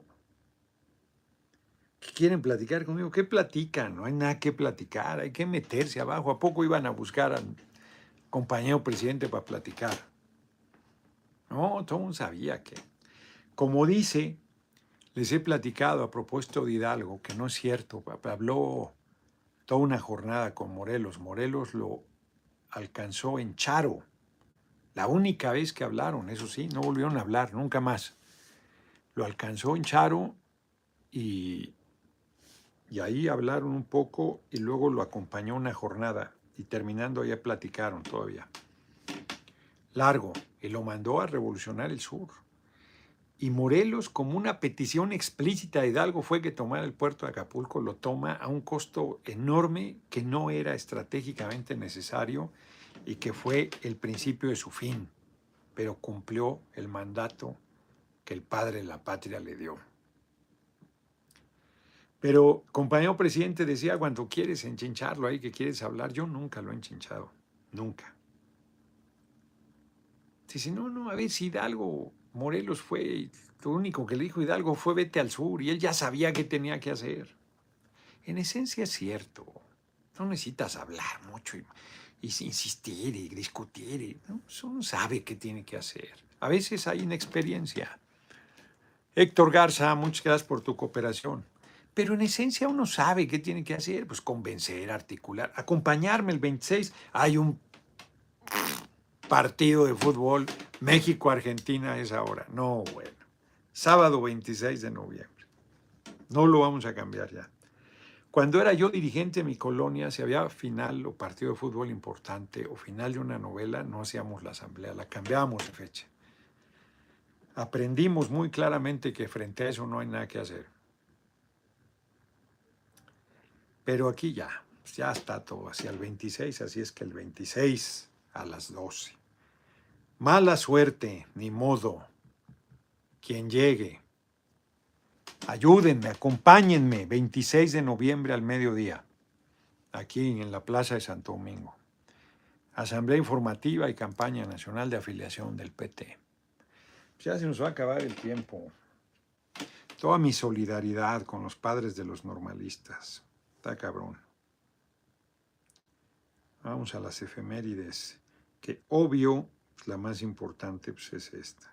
¿Qué quieren platicar conmigo? ¿Qué platican? No hay nada que platicar, hay que meterse abajo. ¿A poco iban a buscar al compañero presidente para platicar? No, todo el mundo sabía que, como dice, les he platicado a propósito de Hidalgo, que no es cierto, habló toda una jornada con Morelos. Morelos lo alcanzó en Charo. La única vez que hablaron, eso sí, no volvieron a hablar, nunca más. Lo alcanzó en Charo y, y ahí hablaron un poco y luego lo acompañó una jornada y terminando ya platicaron todavía. Largo, y lo mandó a revolucionar el sur. Y Morelos, como una petición explícita de Hidalgo, fue que tomara el puerto de Acapulco, lo toma a un costo enorme que no era estratégicamente necesario y que fue el principio de su fin, pero cumplió el mandato que el padre de la patria le dio. Pero, compañero presidente, decía, cuando quieres enchincharlo ahí, que quieres hablar, yo nunca lo he enchinchado, nunca. Dice, no, a ver, si Hidalgo, Morelos fue, lo único que le dijo Hidalgo fue vete al sur, y él ya sabía qué tenía que hacer. En esencia es cierto, no necesitas hablar mucho y insistir y discutir, ¿no? Uno sabe qué tiene que hacer. A veces hay inexperiencia. Héctor Garza, muchas gracias por tu cooperación. Pero en esencia uno sabe qué tiene que hacer, pues convencer, articular, acompañarme el 26. Hay un partido de fútbol, México-Argentina es ahora. No, bueno. Sábado 26 de noviembre. No lo vamos a cambiar ya. Cuando era yo dirigente de mi colonia, si había final o partido de fútbol importante o final de una novela, no hacíamos la asamblea, la cambiábamos de fecha. Aprendimos muy claramente que frente a eso no hay nada que hacer. Pero aquí ya está todo hacia el 26, así es que el 26 a las 12. Mala suerte, ni modo. Quien llegue, ayúdenme, acompáñenme, 26 de noviembre al mediodía, aquí en la Plaza de Santo Domingo. Asamblea informativa y campaña nacional de afiliación del PT. Ya se nos va a acabar el tiempo. Toda mi solidaridad con los padres de los normalistas. Está cabrón. Vamos a las efemérides, que obvio, la más importante pues, es esta.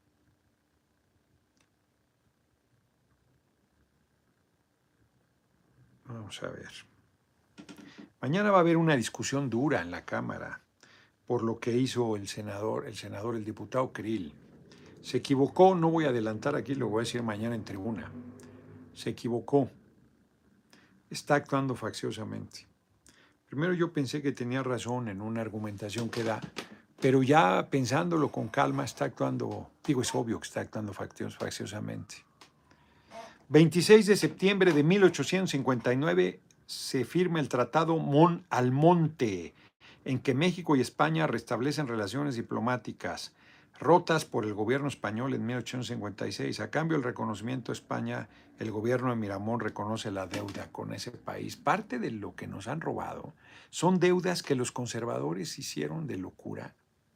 Vamos a ver. Mañana va a haber una discusión dura en la Cámara por lo que hizo el diputado Krill. Se equivocó, no voy a adelantar aquí, lo voy a decir mañana en tribuna. Se equivocó. Está actuando facciosamente. Primero yo pensé que tenía razón en una argumentación que da, pero ya pensándolo con calma está actuando, es obvio que está actuando facciosamente. 26 de septiembre de 1859 se firma el Tratado Almonte, en que México y España restablecen relaciones diplomáticas rotas por el gobierno español en 1856. A cambio del reconocimiento de España, el gobierno de Miramón reconoce la deuda con ese país. Parte de lo que nos han robado son deudas que los conservadores hicieron de locura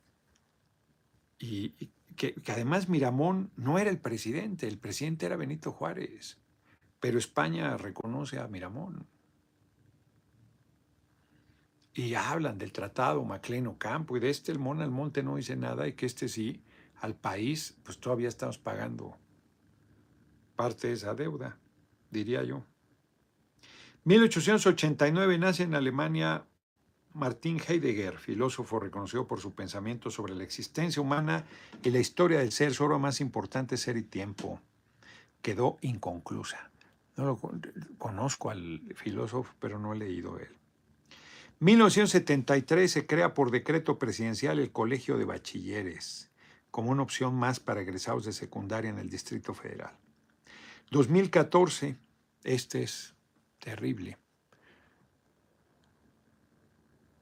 y que además Miramón no era el presidente era Benito Juárez, pero España reconoce a Miramón. Y hablan del tratado Maclean Ocampo y de el Almonte no dice nada y que sí, al país, pues todavía estamos pagando parte de esa deuda, diría yo. 1889 nace en Alemania Martin Heidegger, filósofo reconocido por su pensamiento sobre la existencia humana y la historia del ser, su obra más importante, Ser y Tiempo. Quedó inconclusa. No lo conozco al filósofo, pero no he leído él. 1973 se crea por decreto presidencial el Colegio de Bachilleres, como una opción más para egresados de secundaria en el Distrito Federal. 2014, este es terrible.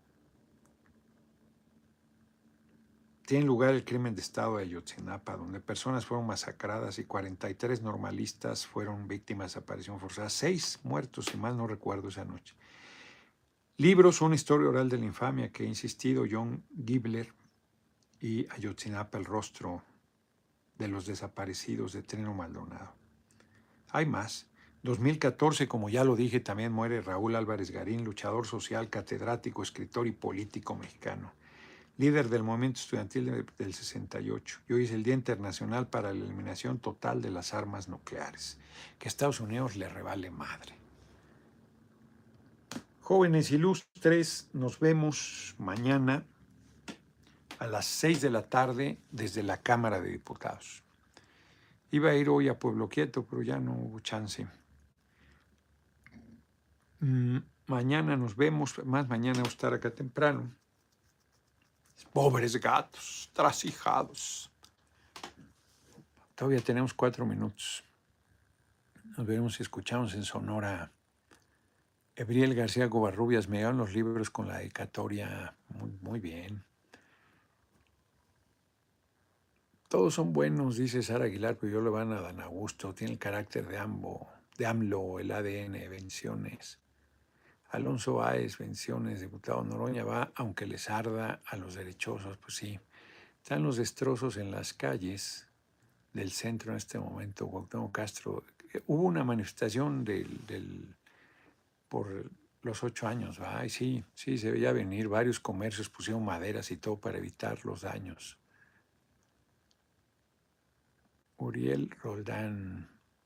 tiene lugar el crimen de Estado de Ayotzinapa, donde personas fueron masacradas y 43 normalistas fueron víctimas de desaparición forzada. 6 muertos, si mal no recuerdo, esa noche. Libros, una historia oral de la infamia que ha insistido John Gibler y Ayotzinapa, el rostro de los desaparecidos de Trino Maldonado. Hay más. 2014, como ya lo dije, también muere Raúl Álvarez Garín, luchador social, catedrático, escritor y político mexicano, líder del movimiento estudiantil del 68. Y hoy es el Día Internacional para la Eliminación Total de las Armas Nucleares. Que Estados Unidos le revale madre. Jóvenes ilustres, nos vemos mañana a las 6 de la tarde desde la Cámara de Diputados. Iba a ir hoy a Pueblo Quieto, pero ya no hubo chance. Mañana nos vemos, más mañana voy a estar acá temprano. Pobres gatos, trasijados. Todavía tenemos 4 minutos. Nos veremos y escuchamos en Sonora. Ebriel García Covarrubias, me llegaron los libros con la dedicatoria. Muy bien. Todos son buenos, dice Sara Aguilar, pero yo le van a Dan Augusto. Tiene el carácter de AMLO, el ADN, Benciones. Alonso Báez, Benciones, diputado Noroña, va aunque les arda a los derechosos. Pues sí, están los destrozos en las calles del centro en este momento. Cuauhtémoc Castro, hubo una manifestación por los 8 años, ¿va? Y sí, se veía venir. Varios comercios pusieron maderas y todo para evitar los daños. Uriel Roldán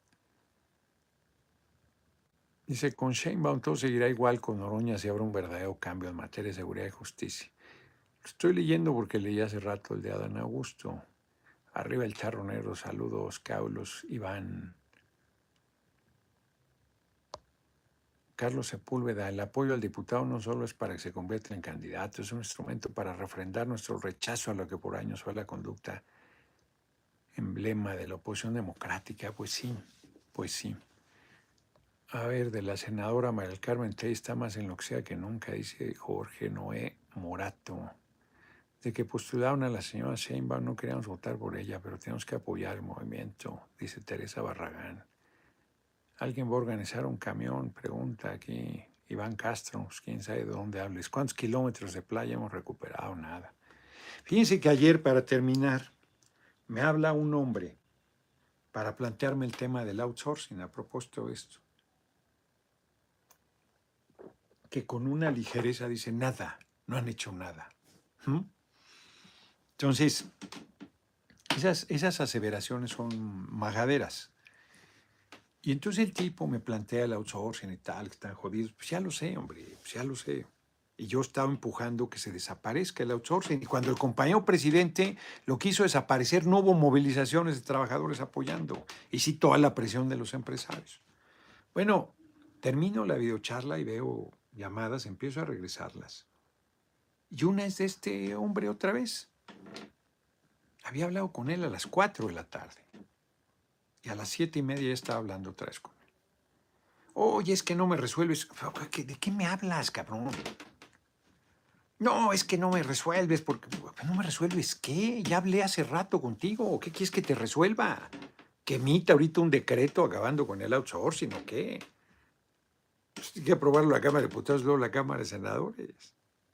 dice, con Sheinbaum todo seguirá igual, con Noroña si habrá un verdadero cambio en materia de seguridad y justicia. Lo estoy leyendo porque leí hace rato el de Adán Augusto. Arriba el charro negro, saludos, Caulos, Iván. Carlos Sepúlveda, el apoyo al diputado no solo es para que se convierta en candidato, es un instrumento para refrendar nuestro rechazo a lo que por años fue la conducta emblema de la oposición democrática. Pues sí, pues sí. A ver, de la senadora María del Carmen Tey está más enloquecida que nunca, dice Jorge Noé Morato. De que postularon a la señora Sheinbaum, no queríamos votar por ella, pero tenemos que apoyar el movimiento, dice Teresa Barragán. ¿Alguien va a organizar un camión? Pregunta aquí Iván Castro, pues quién sabe de dónde hables. ¿Cuántos kilómetros de playa hemos recuperado? Nada. Fíjense que ayer, para terminar, me habla un hombre para plantearme el tema del outsourcing a propósito de esto. Que con una ligereza dice, nada, no han hecho nada. Entonces, esas aseveraciones son majaderas. Y entonces el tipo me plantea el outsourcing y tal, que están jodidos. Pues ya lo sé, hombre, pues ya lo sé. Y yo estaba empujando que se desaparezca el outsourcing. Y cuando el compañero presidente lo quiso desaparecer, no hubo movilizaciones de trabajadores apoyando. Y sí toda la presión de los empresarios. Bueno, termino la videocharla y veo llamadas, empiezo a regresarlas. Y una es de este hombre otra vez. Había hablado con él a las 4 de la tarde. Y a las 7:30 ya estaba hablando otra vez con él. Oye, es que no me resuelves. ¿De qué me hablas, cabrón? No, es que no me resuelves. ¿No me resuelves qué? Ya hablé hace rato contigo. ¿Qué quieres que te resuelva? ¿Que emita ahorita un decreto acabando con el outsourcing o qué? Pues hay que aprobarlo la Cámara de Diputados, luego la Cámara de Senadores.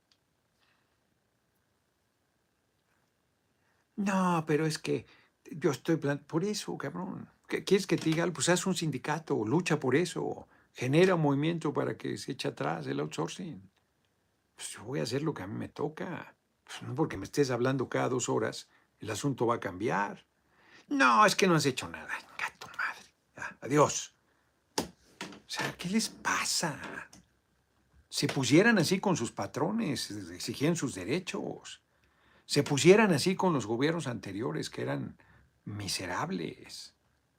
No, pero es que yo estoy por eso, cabrón. ¿Qué quieres que te diga? Pues haz un sindicato, lucha por eso, genera un movimiento para que se eche atrás el outsourcing. Pues yo voy a hacer lo que a mí me toca. Pues no porque me estés hablando cada 2 horas, el asunto va a cambiar. No, es que no has hecho nada. Gato madre. Ya, adiós. O sea, ¿qué les pasa? Se pusieran así con sus patrones, exigían sus derechos. Se pusieran así con los gobiernos anteriores, que eran miserables.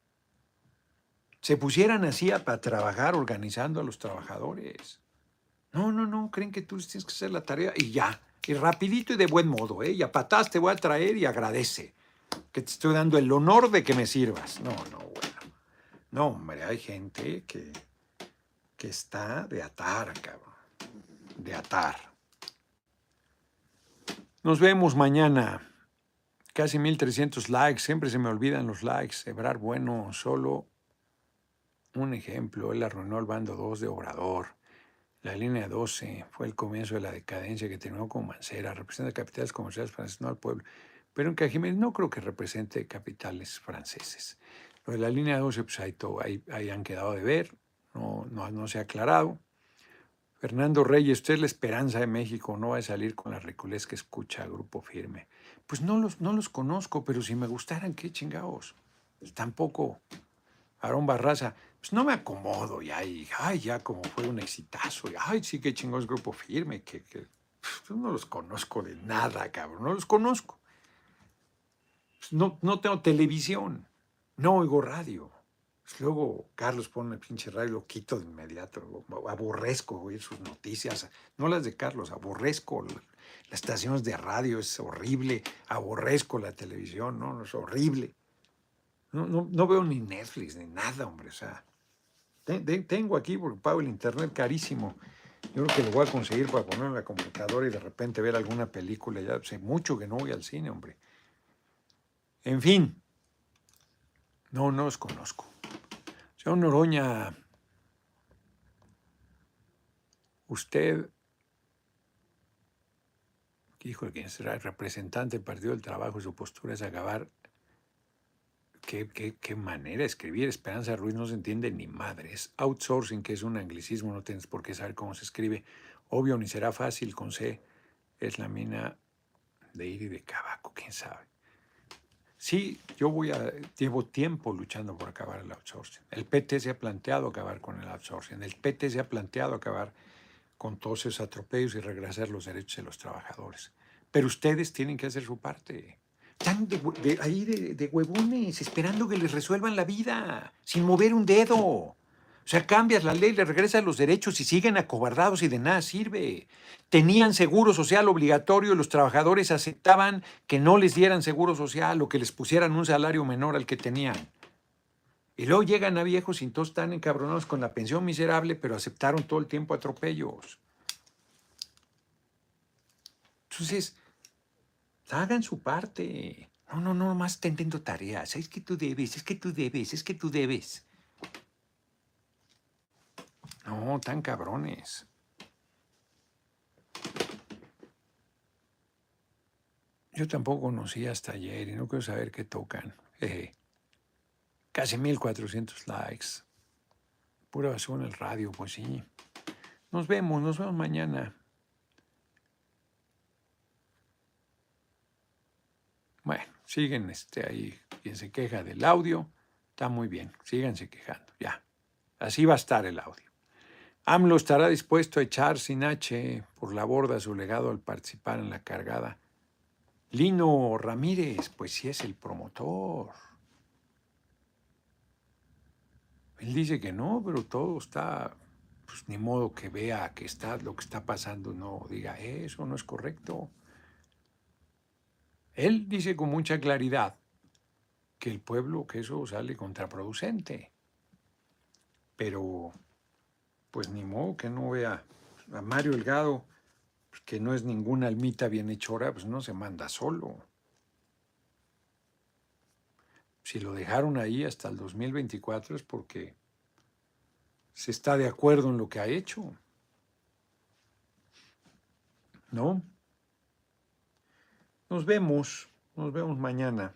Se pusieran así para trabajar organizando a los trabajadores. No, creen que tú tienes que hacer la tarea y ya. Y rapidito y de buen modo, ¿eh? Y a patadas te voy a traer y agradece que te estoy dando el honor de que me sirvas. No, bueno. No, hombre, hay gente que está de atar, cabrón. De atar. Nos vemos mañana. Casi 1,300 likes. Siempre se me olvidan los likes. Ebrard Bueno, solo un ejemplo. Él arruinó el bando 2 de Obrador. La línea 12 fue el comienzo de la decadencia que terminó con Mancera. Representa capitales comerciales franceses, no al pueblo. Pero en Cajiménez no creo que represente capitales franceses. Lo de la línea 12, pues ahí han quedado de ver. No se ha aclarado. Fernando Reyes, usted es la esperanza de México, no va a salir con la ridiculez que escucha a Grupo Firme. Pues no los conozco, pero si me gustaran, qué chingados. Pues tampoco. Aarón Barraza, pues no me acomodo ya, y ay, ya como fue un exitazo, y ay, sí, qué chingón es Grupo Firme, pues no los conozco de nada, cabrón, no los conozco. Pues no tengo televisión, no oigo radio. Pues luego Carlos pone el pinche radio, lo quito de inmediato, aborrezco oír sus noticias, no las de Carlos, aborrezco las estaciones de radio, es horrible, aborrezco la televisión, no es horrible. No veo ni Netflix ni nada, hombre. O sea, tengo aquí porque pago el internet carísimo. Yo creo que lo voy a conseguir para ponerlo en la computadora y de repente ver alguna película. Ya hace mucho que no voy al cine, hombre. En fin, no los conozco. Señor Noroña, usted, hijo de quien será el representante del Partido del Trabajo, su postura es acabar. Qué manera de escribir. Esperanza Ruiz no se entiende ni madre. Es outsourcing, que es un anglicismo, no tienes por qué saber cómo se escribe. Obvio, ni será fácil, con C. Es la mina de ir y de Cabaco, quién sabe. Sí, llevo tiempo luchando por acabar el outsourcing. El PT se ha planteado acabar con el outsourcing. El PT se ha planteado acabar con todos esos atropellos y regresar los derechos de los trabajadores. Pero ustedes tienen que hacer su parte. Están de huevones, esperando que les resuelvan la vida, sin mover un dedo. O sea, cambias la ley, les regresas los derechos y siguen acobardados y de nada sirve. Tenían seguro social obligatorio y los trabajadores aceptaban que no les dieran seguro social o que les pusieran un salario menor al que tenían. Y luego llegan a viejos y todos están encabronados con la pensión miserable, pero aceptaron todo el tiempo atropellos. Entonces, hagan su parte. No, más estén dando tareas. Es que tú debes, es que tú debes, es que tú debes. No, tan cabrones. Yo tampoco conocí hasta ayer y no quiero saber qué tocan. Casi 1,400 likes. Pura basura en el radio, pues sí. Nos vemos mañana. Bueno, siguen ahí. Quien se queja del audio, está muy bien. Síganse quejando, ya. Así va a estar el audio. AMLO estará dispuesto a echar sin H por la borda su legado al participar en la cargada. Lino Ramírez, pues sí es el promotor. Él dice que no, pero todo está, pues ni modo que vea que lo que está pasando, no diga eso, no es correcto. Él dice con mucha claridad que el pueblo, que eso sale contraproducente. Pero, pues ni modo que no vea a Mario Delgado, que no es ninguna almita bienhechora, pues no se manda solo. Si lo dejaron ahí hasta el 2024 es porque se está de acuerdo en lo que ha hecho. ¿No? Nos vemos mañana.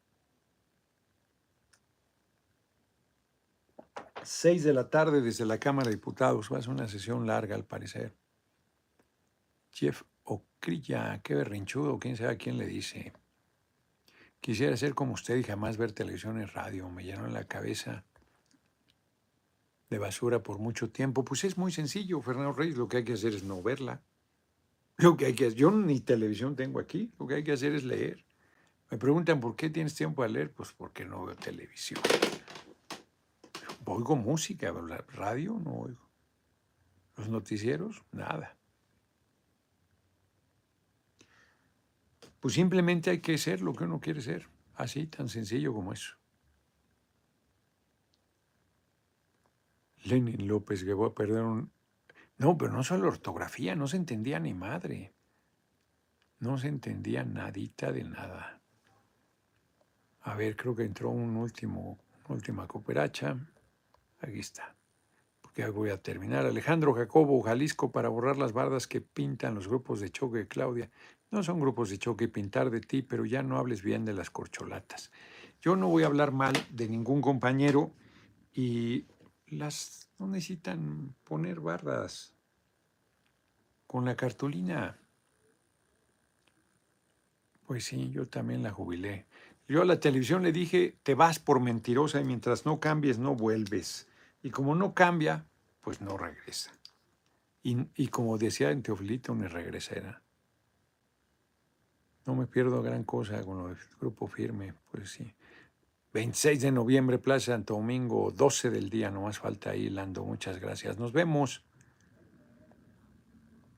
6 de la tarde desde la Cámara de Diputados. Va a ser una sesión larga, al parecer. Jeff Ocrilla, qué berrinchudo, quién sabe a quién le dice. Quisiera ser como usted y jamás ver televisión y radio. Me llenó la cabeza de basura por mucho tiempo. Pues es muy sencillo, Fernando Reyes. Lo que hay que hacer es no verla. Yo ni televisión tengo aquí. Lo que hay que hacer es leer. Me preguntan, ¿por qué tienes tiempo a leer? Pues porque no veo televisión. Oigo música, la radio no oigo. Los noticieros, nada. Pues simplemente hay que ser lo que uno quiere ser. Así, tan sencillo como eso. Lenin López, que voy a perder un... No, pero no solo ortografía, no se entendía ni madre. No se entendía nadita de nada. A ver, creo que entró una última cooperacha. Aquí está. Porque ya voy a terminar. Alejandro Jacobo, Jalisco, para borrar las bardas que pintan los grupos de choque, Claudia. No son grupos de choque pintar de ti, pero ya no hables bien de las corcholatas. Yo no voy a hablar mal de ningún compañero y las no necesitan poner bardas con la cartulina. Pues sí, yo también la jubilé. Yo a la televisión le dije, te vas por mentirosa y mientras no cambies, no vuelves. Y como no cambia, pues no regresa. Y como decía en Teofilito, ni regresará. No me pierdo gran cosa con el Grupo Firme, pues sí. 26 de noviembre, Plaza Santo Domingo, 12 del día, no más falta ahí, Lando. Muchas gracias. Nos vemos.